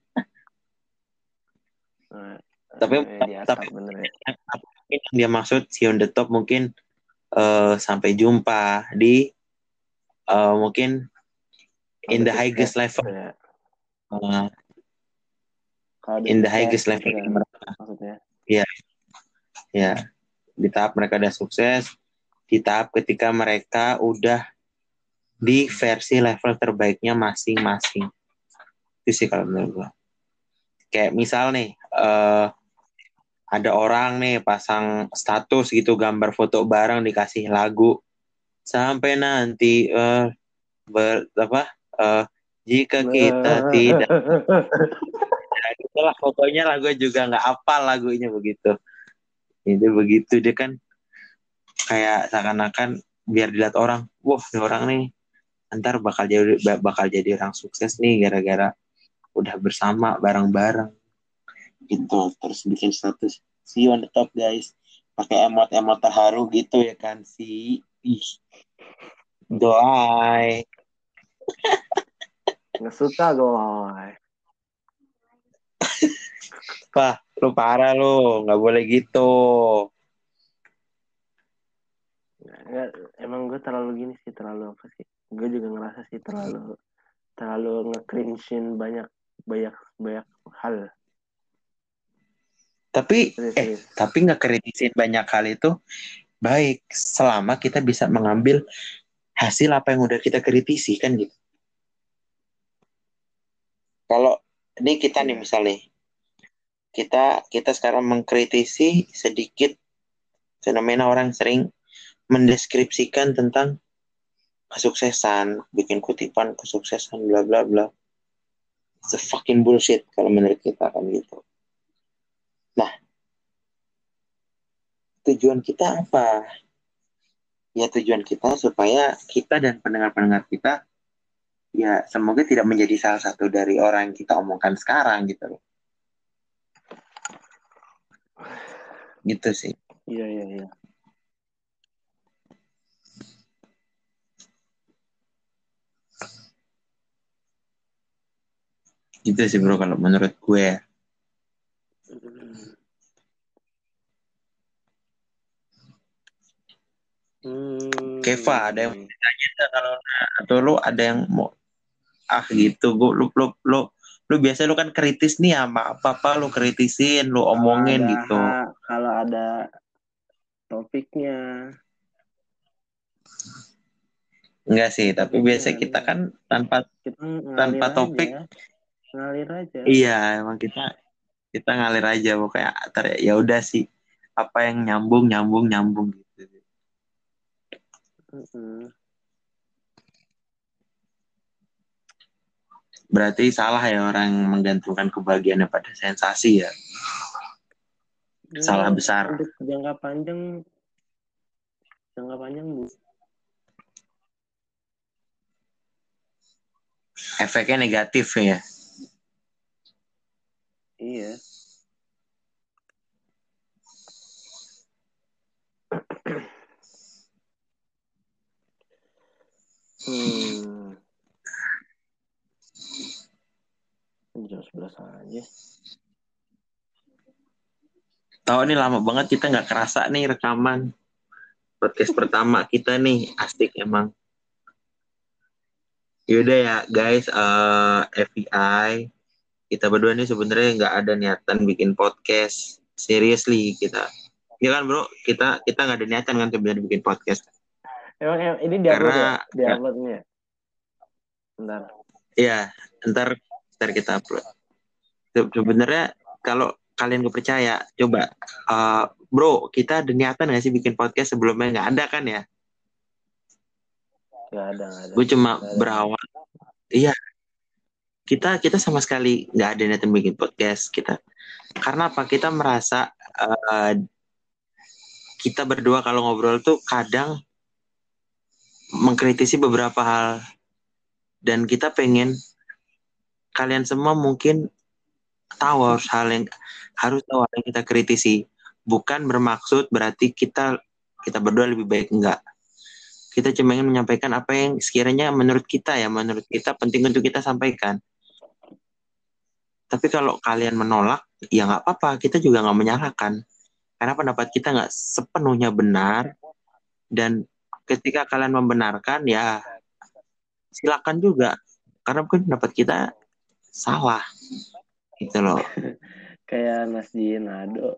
B: Nah,
A: Tapi
B: eh, di
A: tapi
B: atap bener ya.
A: mungkin yang dia maksud si on the top mungkin uh, sampai jumpa di uh, mungkin
B: Kalau
A: in
B: udah
A: the
B: sukses
A: highest level
B: gitu ya.
A: uh,
B: Kalau udah
A: in the
B: sukses
A: highest
B: gitu
A: level
B: kan maksudnya.
A: ya ya di tahap mereka udah sukses, di tahap ketika mereka udah di versi level terbaiknya masing-masing. Itu sih kalau menurut gue. Kayak misal nih uh, ada orang nih pasang status gitu gambar foto bareng dikasih lagu sampai nanti uh, ber, apa uh, jika kita tidak ya, itulah pokoknya lagu juga nggak apal lagunya begitu. Itu begitu dia kan kayak seakan-akan biar dilihat orang, wah ini orang nih ntar bakal jadi bakal jadi orang sukses nih gara-gara udah bersama bareng-bareng gitu. Terus bikin status see you on the top guys pakai emot-emot terharu gitu ya kan si ih doai.
B: Nggak suka gue.
A: Wah lu parah lu nggak boleh gitu.
B: Nggak, emang gue terlalu gini sih, terlalu apa sih? Gue juga ngerasa sih terlalu terlalu nge-cringe-in banyak banyak banyak hal.
A: Tapi
B: Serius,
A: eh
B: serius.
A: tapi nggak kritisin banyak hal itu baik selama kita bisa mengambil hasil apa yang udah kita kritisi kan gitu. Kalau ini kita nih
B: Iya.
A: misalnya kita kita sekarang mengkritisi sedikit fenomena orang sering mendeskripsikan tentang kesuksesan, bikin kutipan kesuksesan bla bla bla. It's a fucking bullshit kalau menurut kita kan gitu. Nah, tujuan kita apa? Ya tujuan kita supaya kita dan pendengar-pendengar kita ya semoga tidak menjadi salah satu dari orang yang kita omongkan sekarang gitu loh. Gitu sih.
B: Iya iya iya.
A: Gitu sih bro kalau menurut gue ya.
B: Hmm.
A: Keva ada yang ditanya nggak kalau atau lu ada yang mau ah gitu gue lu lu lu lu biasa lu kan kritis nih sama apa apa lu kritisin lu
B: Kalau
A: omongin
B: ada
A: gitu.
B: kalau ada topiknya.
A: Enggak sih tapi
B: Topiknya
A: biasa kita
B: ada.
A: kan tanpa
B: Kita
A: tanpa
B: ngalir
A: topik
B: aja. Ngalir aja.
A: iya emang kita kita ngalir aja pokoknya ntar ya udah sih apa yang nyambung nyambung nyambung gitu.
B: Mm-mm.
A: Berarti salah ya orang yang menggantungkan kebahagiaannya pada sensasi ya.
B: Ya,
A: Salah besar.
B: untuk jangka panjang jangka panjang bu.
A: Efeknya negatif ya.
B: Iya. Hmm. Jam sebelas aja.
A: Tahu nih lama banget kita nggak kerasa nih rekaman podcast pertama kita nih asik emang. Yaudah ya guys, uh, F Y I kita berdua nih sebenarnya nggak ada niatan bikin podcast. Seriously kita, ya kan bro, kita kita nggak ada niatan kan sebenarnya bikin podcast.
B: Emang, emang ini diupload ya?
A: Karena ya,
B: Diupload nih ya? Bentar.
A: ya ntar ntar kita upload. Se- Sebenarnya kalau kalian gak percaya, coba uh, bro kita ada niatan nggak sih bikin podcast sebelumnya nggak ada kan ya?
B: Gak ada, gak ada.
A: Gue cuma
B: Gak ada.
A: berawal, iya kita kita sama sekali nggak ada niatan bikin podcast kita. Karena apa? Kita merasa uh, kita berdua kalau ngobrol tuh kadang mengkritisi beberapa hal dan kita pengen kalian semua mungkin tahu harus hal yang harus tahu hal yang kita kritisi. Bukan bermaksud berarti kita kita berdua lebih baik, enggak. Kita cuma ingin menyampaikan apa yang sekiranya menurut kita ya, menurut kita penting untuk kita sampaikan. Tapi kalau kalian menolak, ya nggak apa-apa. Kita juga nggak menyalahkan. Karena pendapat kita nggak sepenuhnya benar. Dan ketika kalian membenarkan, ya silakan juga. Karena mungkin pendapat kita salah. Gitu loh.
B: Kayak Mas Jinado.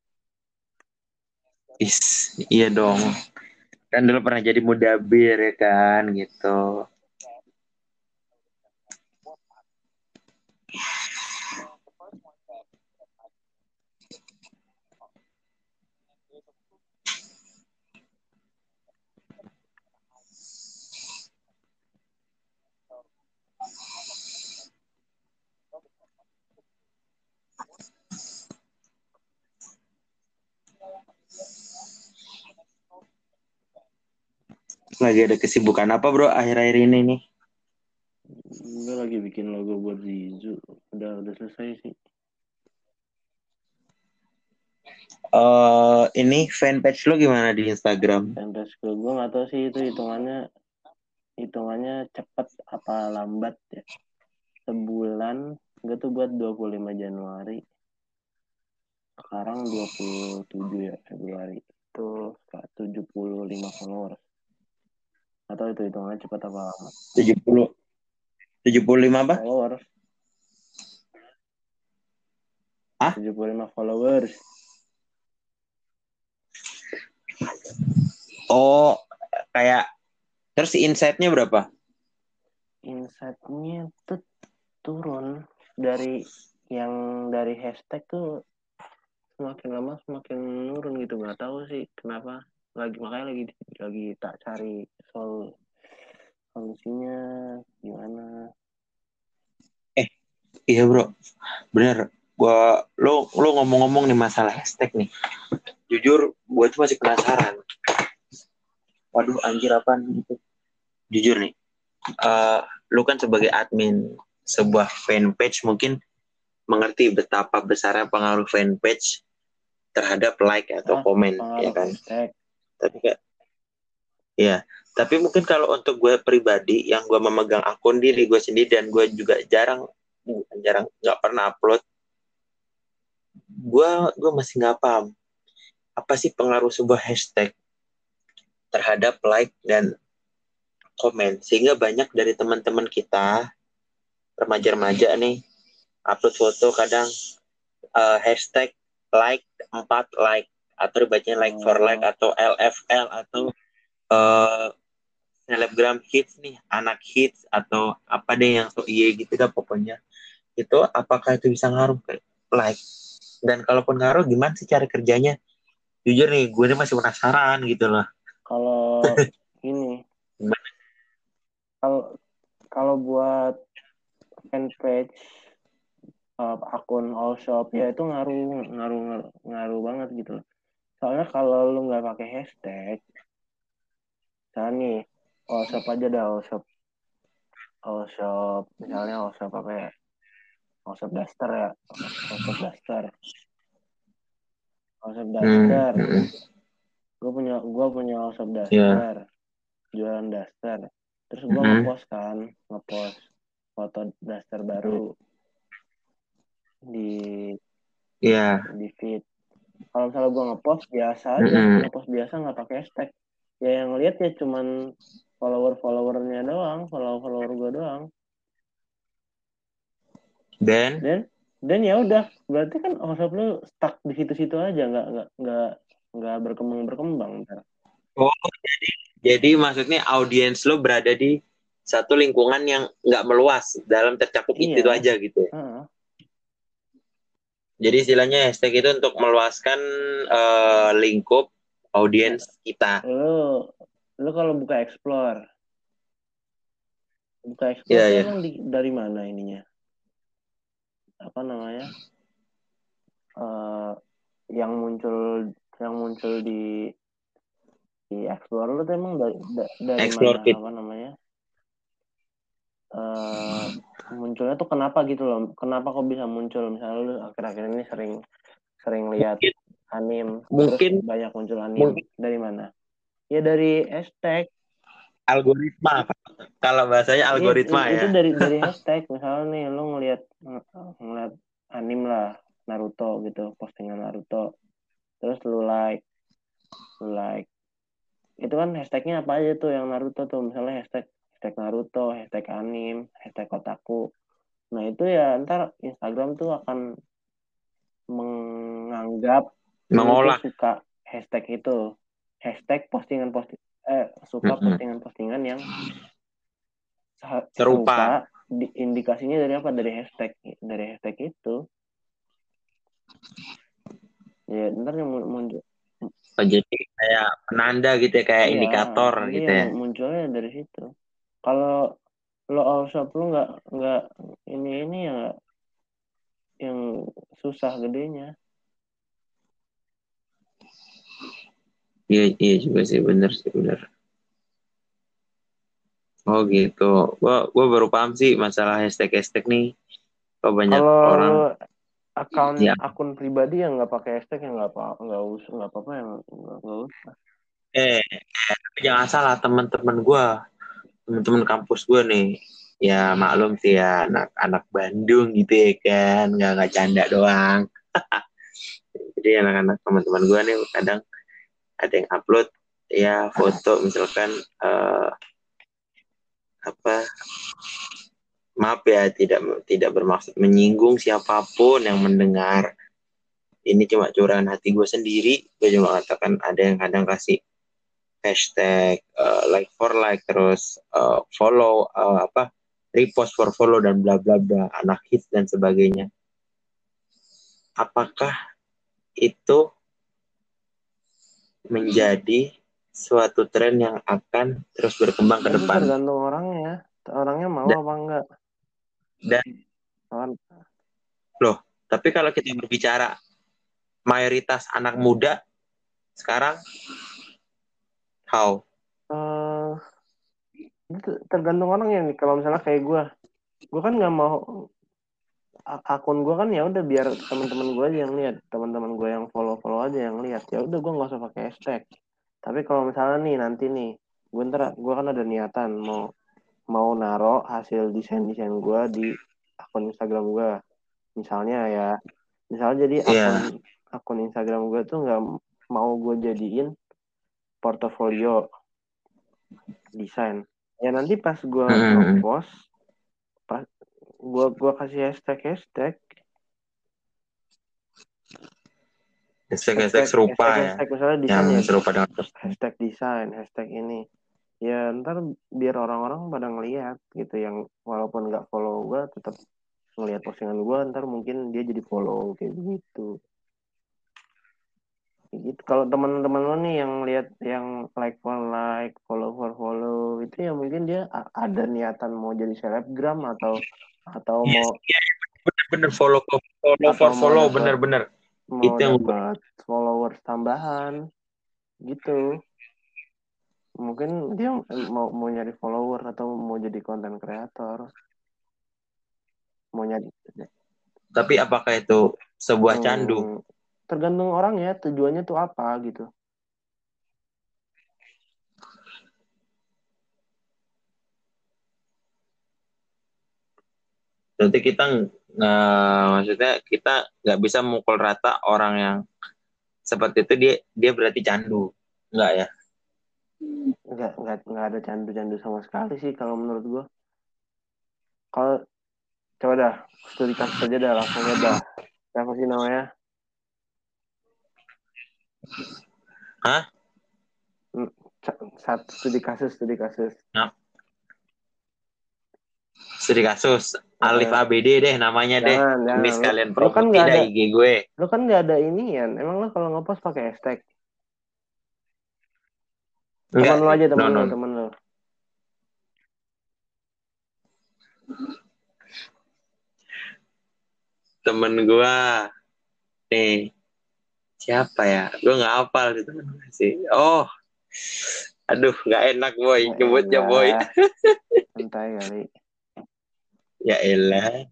A: Is, iya dong. Kan dulu pernah jadi mudabir ya kan, gitu. Lagi ada kesibukan apa bro akhir-akhir ini nih?
B: Gue lagi bikin logo buat Zizu. Udah udah selesai sih.
A: Uh, ini fanpage lo gimana di Instagram?
B: Fanpage gue gue nggak tahu sih itu hitungannya hitungannya cepat apa lambat ya. Sebulan gue tuh buat dua puluh lima Januari. Sekarang dua puluh tujuh ya Februari. Itu tujuh puluh lima followers. Atau itu hitungannya cepat apa lambat?
A: tujuh puluh tujuh puluh lima apa?
B: Followers.
A: Hah?
B: tujuh puluh lima followers.
A: Oh, kayak terus insight-nya berapa?
B: Insight-nya tuh turun dari yang dari hashtag tuh semakin lama semakin menurun gitu, nggak tahu sih kenapa, lagi makanya lagi lagi tak cari sol solusinya gimana.
A: Eh, iya bro, bener. Gua lo lo ngomong-ngomong nih masalah hashtag nih. Jujur, gue tuh masih penasaran. Waduh, anjir apaan gitu. Jujur nih, uh, lo kan sebagai admin sebuah fanpage mungkin mengerti betapa besarnya pengaruh fanpage terhadap like atau
B: Ah,
A: komen, ya
B: pengaruh
A: kan?
B: hashtag.
A: Tapi kayak, ya, tapi mungkin kalau untuk gue pribadi yang gue memegang akun diri gue sendiri dan gue juga jarang, bukan jarang, nggak pernah upload, gue gue masih nggak paham apa sih pengaruh sebuah hashtag terhadap like dan komen, sehingga banyak dari teman-teman kita remaja-remaja nih upload foto kadang uh, hashtag like empat like atau dibacanya like for like atau L F L atau uh, selebgram hits nih, anak hits atau apa deh yang so iye gitu dah pokoknya. Itu apakah itu bisa ngaruh ke like? Dan kalaupun ngaruh gimana sih cara kerjanya? Jujur nih, gue ini masih penasaran gitu loh.
B: Kalau ini,
A: Gimana?
B: kalau kalau buat fanpage uh, akun all shop ya itu ngaruh ngaruh ngaruh, ngaruh banget gitu loh. Soalnya kalau lu nggak pakai hashtag, misalnya nih all shop aja dah all shop all shop misalnya all shop apa ya, all shop daster ya, all shop daster, all shop
A: Hmm,
B: daster.
A: hmm,
B: Gue punya gue punya all shop
A: ya,
B: daster, jualan daster. Terus gue
A: hmm,
B: ngepost kan, ngepost foto daster baru di
A: ya,
B: di feed. Kalau misalnya gue ngepost biasa aja,
A: hmm.
B: ngepost biasa nggak pakai hashtag, ya yang lihat ya cuman follower-followernya doang, follower-follower gue doang.
A: Dan,
B: Dan dan ya udah, berarti kan WhatsApp lu stuck di situ-situ aja, nggak nggak nggak nggak berkembang berkembang.
A: oh, jadi, jadi maksudnya audiens lo berada di satu lingkungan yang nggak meluas dalam tercakup itu, itu
B: Iya.
A: aja gitu.
B: Uh,
A: Jadi istilahnya hashtag itu untuk meluaskan uh, lingkup audiens kita.
B: lu lu kalau buka explore, buka explore
A: Iya,
B: tuh
A: ya.
B: emang di, dari mana ininya? Apa namanya? Uh, yang muncul yang muncul di di explore lu tuh emang dari da, dari
A: Explore
B: mana,
A: feed.
B: apa namanya? Uh, munculnya tuh kenapa gitu loh? Kenapa kok bisa muncul? Misalnya lu akhir-akhir ini sering sering lihat
A: Mungkin,
B: anim,
A: mungkin,
B: terus banyak muncul anim.
A: mungkin
B: Dari mana? Ya dari hashtag.
A: algoritma. Kalau bahasanya
B: Iya,
A: algoritma
B: itu
A: ya.
B: dari dari hashtag. Misalnya nih lu ngelihat ngeliat anim lah, Naruto gitu, postingan Naruto. Terus lu like, lu like. Itu kan hashtagnya apa aja tuh yang Naruto tuh, misalnya hashtag hashtag Naruto, hashtag anim, hashtag otaku. Nah itu ya ntar Instagram tuh akan menganggap lu tuh
A: Mengolah.
B: suka hashtag itu, hashtag postingan posting eh suka
A: Mm-mm.
B: postingan-postingan yang serupa.
A: Serupa.
B: Di, indikasinya dari apa? Dari hashtag, dari hashtag itu. Ya ntar yang muncul.
A: Oh, jadi kayak penanda gitu ya, kayak
B: Iya,
A: indikator gitu
B: iya
A: ya.
B: munculnya dari situ. Kalau lo all shop lu nggak nggak ini ini ya nggak, yang susah gedenya.
A: Iya, iya juga sih, bener sih, bener. Oh gitu. Gua, gua baru paham sih masalah hashtag-hashtag nih. Kok banyak
B: Kalau
A: orang
B: lo akun
A: ya.
B: akun pribadi yang nggak pakai hashtag yang nggak apa nggak usah nggak apa-apa yang nggak nggak usah.
A: Eh, tapi jangan salah teman-teman gua, teman-teman kampus gua nih. Ya maklum sih ya, anak-anak Bandung gitu ya kan, nggak nggak canda doang. Jadi anak-anak teman-teman gua nih kadang ada yang upload ya foto misalkan eh, apa, maaf ya, tidak tidak bermaksud menyinggung siapapun yang mendengar. Ini cuma curahan hati gue sendiri. Gue cuma katakan ada yang kadang kasih hashtag uh, like for like, terus uh, follow uh, apa repost for follow dan bla bla bla, anak hits dan sebagainya. Apakah itu menjadi suatu tren yang akan terus berkembang ke
B: Itu
A: depan?
B: tergantung orangnya, orangnya mau
A: Dan,
B: apa enggak.
A: dan
B: Kan
A: loh, tapi kalau kita berbicara mayoritas anak muda sekarang, how?
B: uh, itu tergantung orangnya nih. Kalau misalnya kayak gue, gue kan nggak mau akun gue kan ya udah biar teman-teman gue aja yang lihat, teman-teman gue yang follow-follow aja yang lihat, ya udah gue nggak usah pakai hashtag. Tapi kalau misalnya nih nanti nih gue ntar gue kan ada niatan mau mau naro hasil desain-desain gue di akun Instagram gue, misalnya ya misalnya jadi akun
A: Iya.
B: akun Instagram gue tuh nggak mau gue jadiin portofolio desain ya, nanti pas gue
A: Mm-mm.
B: ngepost pas gue gua kasih hashtag hashtag
A: Hashtag-hashtag
B: hashtag
A: serupa
B: hashtag
A: ya,
B: hashtag misalnya
A: yang
B: desain ya,
A: serupa dengan
B: hashtag desain hashtag ini ya, ntar biar orang-orang pada ngeliat gitu, yang walaupun nggak follow gue tetap ngelihat postingan gue, ntar mungkin dia jadi follow kayak gitu. Gitu. Kalau teman-teman lo nih yang lihat yang like for like, follow for follow, itu ya mungkin dia a- ada niatan mau jadi selebgram atau atau
A: Iya,
B: mau
A: iya, bener-bener follow follow
B: atau
A: for
B: mau
A: follow,
B: dapat
A: bener-bener
B: mau
A: itu yang gue.
B: dapat followers tambahan gitu. Mungkin dia mau mau nyari follower atau mau jadi konten kreator, mau nyari.
A: Tapi apakah itu sebuah candu?
B: Hmm, tergantung orang ya tujuannya tuh apa gitu.
A: Berarti kita nggak, maksudnya kita nggak bisa memukul rata orang yang seperti itu, dia dia berarti candu, nggak ya?
B: Nggak nggak nggak ada candu-candu sama sekali sih kalau menurut gue. Kalau coba dah studi kasus aja dah, langsung lihat dah siapa sih namanya.
A: Hah?
B: Hmm, satu studi kasus studi kasus
A: Nah, studi kasus Alif
B: uh,
A: A B D deh namanya deh.
B: jangan
A: Ini
B: jangan lu
A: sekalian
B: lu kan
A: promosi
B: nggak
A: dah
B: ada
A: I G gue.
B: lu kan nggak ada ini ya, emang lu kalau ngepost pakai hashtag. Temen
A: Enggak
B: lu
A: sih,
B: aja,
A: no
B: temen
A: no.
B: lu temen lu
A: Temen gue nih, siapa ya? Gue nggak hafal sih temen gue sih. Oh, aduh, nggak enak boy,
B: ya
A: nyebutnya boy.
B: elah santai kali.
A: Ya elah,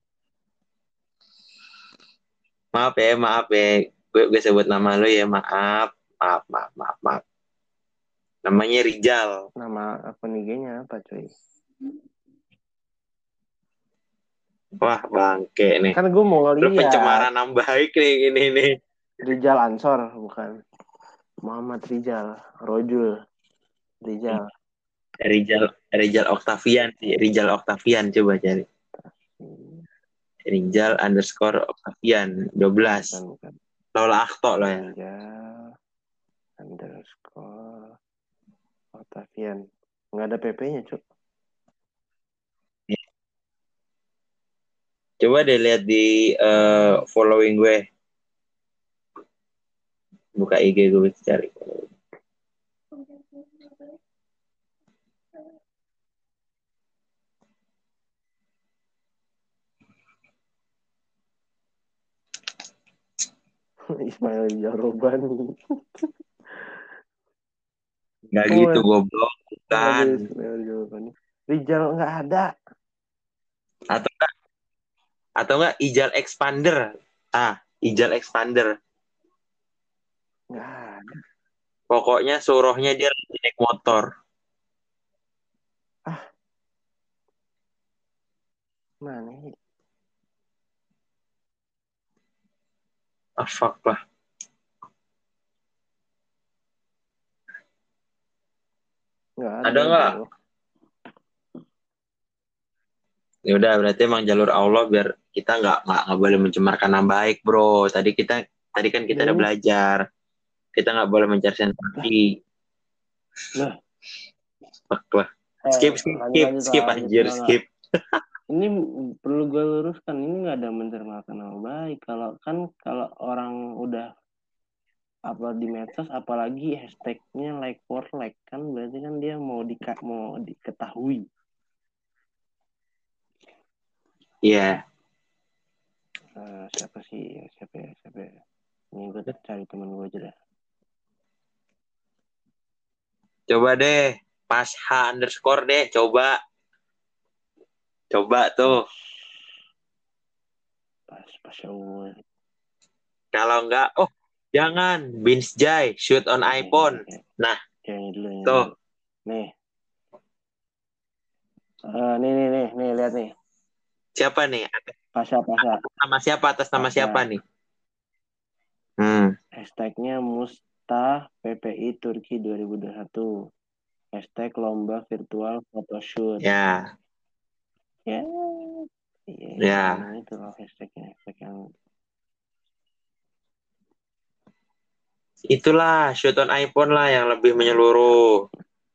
A: maaf ya, maaf ya. Gue, gue sebut nama lu ya, maaf, maaf, maaf, maaf, maaf. Namanya Rijal.
B: Nama akun I G-nya apa cuy?
A: Wah, bangke nih.
B: Kan gue mau
A: Lu
B: ngeliat
A: pencemaran nama baik nih, ini nih.
B: Rijal Ansor, bukan Muhammad Rijal Rojul Rijal.
A: Rijal, Rijal Octavian sih, Rijal Octavian, coba cari.
B: Hmm,
A: Rijal underscore Octavian dua belas.
B: bukan bukan
A: Lola akto lo ya.
B: Rijal underscore Octavian, nggak ada P P-nya cuk.
A: Coba deh lihat di uh, following gue. Buka I G gue bisa cari.
B: Ismail Jarobani.
A: Gak
B: Oh,
A: gitu goblok,
B: ada
A: bukan.
B: Ismail Jarobani. Rijal nggak ada.
A: Atau enggak, atau enggak Ijal Expander. Ah, Ijal Expander.
B: Nggak ada.
A: Pokoknya suruhnya dia lagi naik motor.
B: Ah, mana ini?
A: Ah, fuck lah.
B: Nggak
A: Ada
B: ada
A: nggak?
B: bro.
A: Ya udah, berarti emang jalur Allah biar kita nggak nggak nggak boleh mencemarkan nama baik, bro. Tadi kita tadi kan kita
B: Nah
A: udah
B: ini,
A: belajar. Kita nggak boleh mencari sensasi.
B: nah,
A: Fuck lah.
B: eh
A: Skip, skip,
B: lanjut
A: skip,
B: lanjut
A: skip
B: lanjut
A: anjir,
B: nggak nggak.
A: skip.
B: Ini perlu gue luruskan, ini nggak ada mencerminkan nama baik. Kalau kan kalau orang udah upload di medsos, apalagi hashtagnya like for like, kan berarti kan dia mau di mau diketahui.
A: Iya. Yeah.
B: Uh, siapa sih siapa ya siapa ya? Ini gue cari temen gue aja dah.
A: Coba deh, pas H underscore deh, coba. Coba tuh.
B: Masya Allah.
A: Kalau enggak, oh jangan Binz Jai shoot on
B: Oke,
A: iPhone.
B: oke.
A: Nah,
B: Yang ini dulu, yang
A: tuh.
B: dulu. Nih. Uh, nih, nih, nih, nih, lihat nih.
A: Siapa nih?
B: Pasha, Pasha.
A: Atas nama siapa? Atas nama
B: Pasha.
A: siapa nih? Hmm.
B: Hashtagnya Mustah P P I Turki dua ribu dua puluh satu. Hashtag lomba virtual photoshoot.
A: Ya.
B: Ya. Iya,
A: Ya.
B: yang itu loh hashtagnya. Hashtag yang
A: Itulah shoot on iPhone lah yang lebih menyeluruh.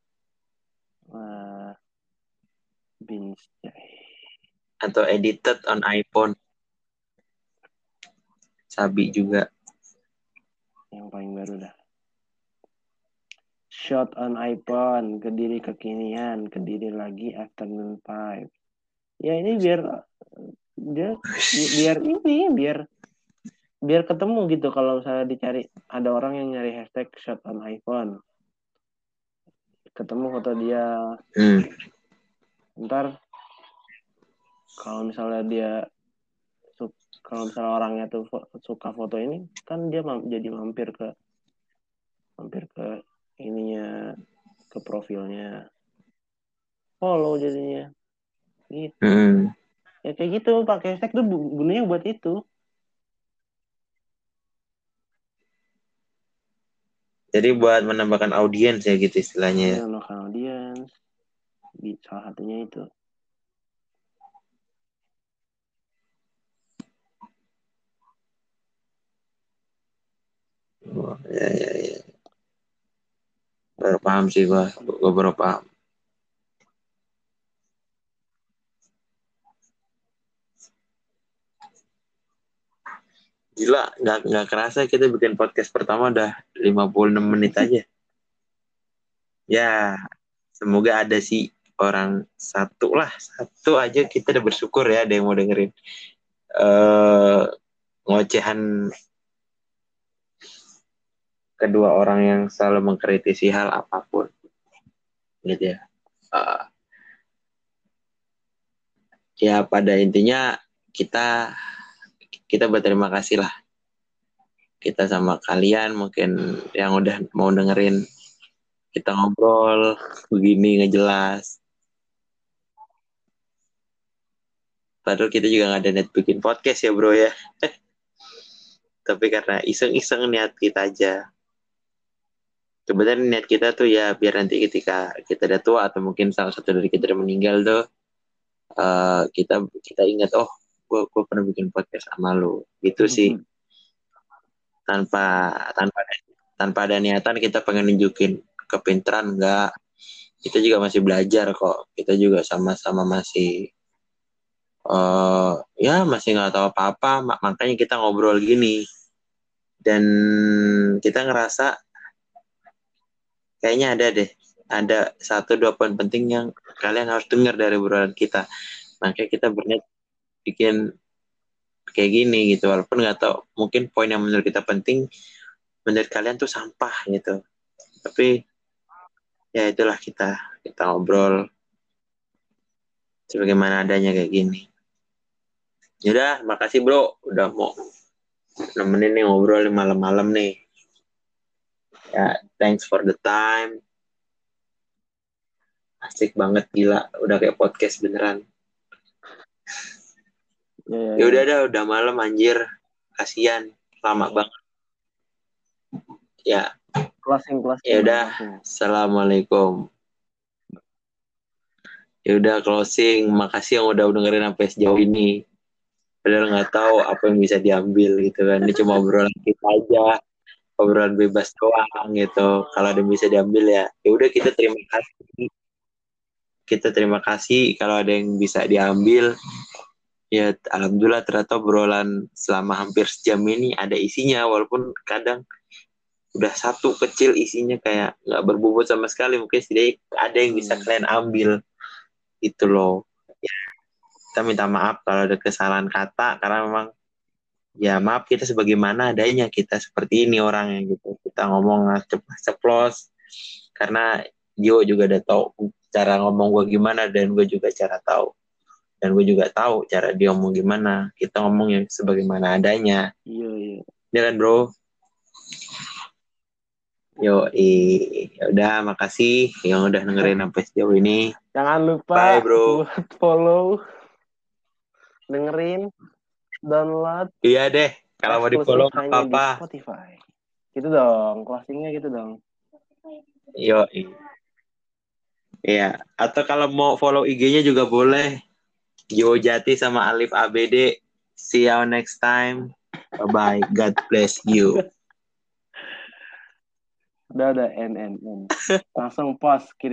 B: uh, Binz Jai.
A: Atau edited on iPhone. Sabi juga.
B: Yang paling baru dah. Shot on iPhone, Kediri kekinian, Kediri lagi afternoon five. Ya ini biar dia bi- biar ini biar biar ketemu gitu kalau misalnya dicari ada orang yang nyari hashtag shot on iPhone, ketemu foto dia.
A: Hmm.
B: Ntar kalau misalnya dia kalau misalnya orangnya tuh suka foto ini kan dia mam- jadi mampir ke mampir ke ininya, ke profilnya, follow jadinya gitu.
A: Hmm.
B: Ya kayak gitu, pakai hashtag tuh gunanya buat itu.
A: Jadi buat menambahkan audiens ya gitu istilahnya ya.
B: Ya menambahkan audiens, salah satunya itu.
A: Oh, ya, ya, ya. Baru paham sih gua. Gua baru paham. Gila, nggak nggak kerasa kita bikin podcast pertama udah lima puluh enam menit aja. Ya, semoga ada sih orang satu lah, satu aja kita udah bersyukur ya ada yang mau dengerin uh, ngocehan kedua orang yang selalu mengkritisi hal apapun, gitu ya. Uh, ya pada intinya kita kita berterima kasih lah kita sama kalian mungkin yang udah mau dengerin kita ngobrol begini ngejelas. Padahal kita juga nggak ada niat bikin podcast ya bro ya. Tapi karena iseng-iseng niat kita aja. Sebenarnya niat kita tuh ya biar nanti ketika kita udah tua atau mungkin salah satu dari kita udah meninggal tuh uh, kita kita ingat oh gue gue pernah bikin podcast sama lu gitu sih. Tanpa tanpa tanpa ada niatan kita pengen nunjukin kepintaran enggak. Kita juga masih belajar kok. Kita juga sama-sama masih uh, ya masih nggak tahu apa-apa makanya kita ngobrol gini. Dan kita ngerasa kayaknya ada deh, ada satu dua poin penting yang kalian harus dengar dari obrolan kita. Makanya kita berniat bikin kayak gini gitu, walaupun nggak tahu mungkin poin yang menurut kita penting, menurut kalian tuh sampah gitu. Tapi ya itulah kita kita ngobrol sebagaimana adanya kayak gini. Yaudah, makasih bro, udah mau nemenin nih ngobrol nih malam-malam nih. Ya, thanks for the time. Asik banget gila, udah kayak podcast beneran.
B: Ya, ya,
A: Ya udah
B: ya.
A: dah, udah malam anjir. Kasian, lama banget. Ya.
B: Closing, closing.
A: Ya udah, assalamualaikum. Ya udah closing. Makasih yang udah dengerin sampai sejauh ini. Padahal nggak tahu apa yang bisa diambil gitu kan. Ini cuma obrolan kita aja, obrolan bebas doang gitu. Kalau ada yang bisa diambil ya, ya udah kita terima kasih. Kita terima kasih kalau ada yang bisa diambil. Ya alhamdulillah ternyata obrolan selama hampir sejam ini ada isinya, walaupun kadang udah satu kecil isinya kayak nggak berbobot sama sekali, mungkin setidaknya ada yang bisa kalian ambil gitu loh ya. Kita minta maaf kalau ada kesalahan kata karena memang ya maaf kita sebagaimana adanya, kita seperti ini orangnya gitu, kita ngomong ceplos karena Gio juga udah tahu cara ngomong gue gimana dan gue juga cara tahu dan gue juga tahu cara dia ngomong gimana. Kita ngomong yang sebagaimana adanya.
B: Iya, iya.
A: Ya kan bro? Yo, ya udah, makasih yang udah dengerin sampai sejauh ini.
B: Jangan lupa
A: Bye bro.
B: buat follow, dengerin, download
A: Iya deh, kalau mau di follow
B: eksklusif
A: nggak
B: hanya di
A: apa-apa.
B: Spotify. Gitu dong, closingnya gitu dong.
A: Yo, iya. Atau kalau mau follow I G-nya juga boleh. Yo Jati sama Alif A B D. See you next time. Bye bye. God bless you.
B: Udah ada N N N. Langsung post kirim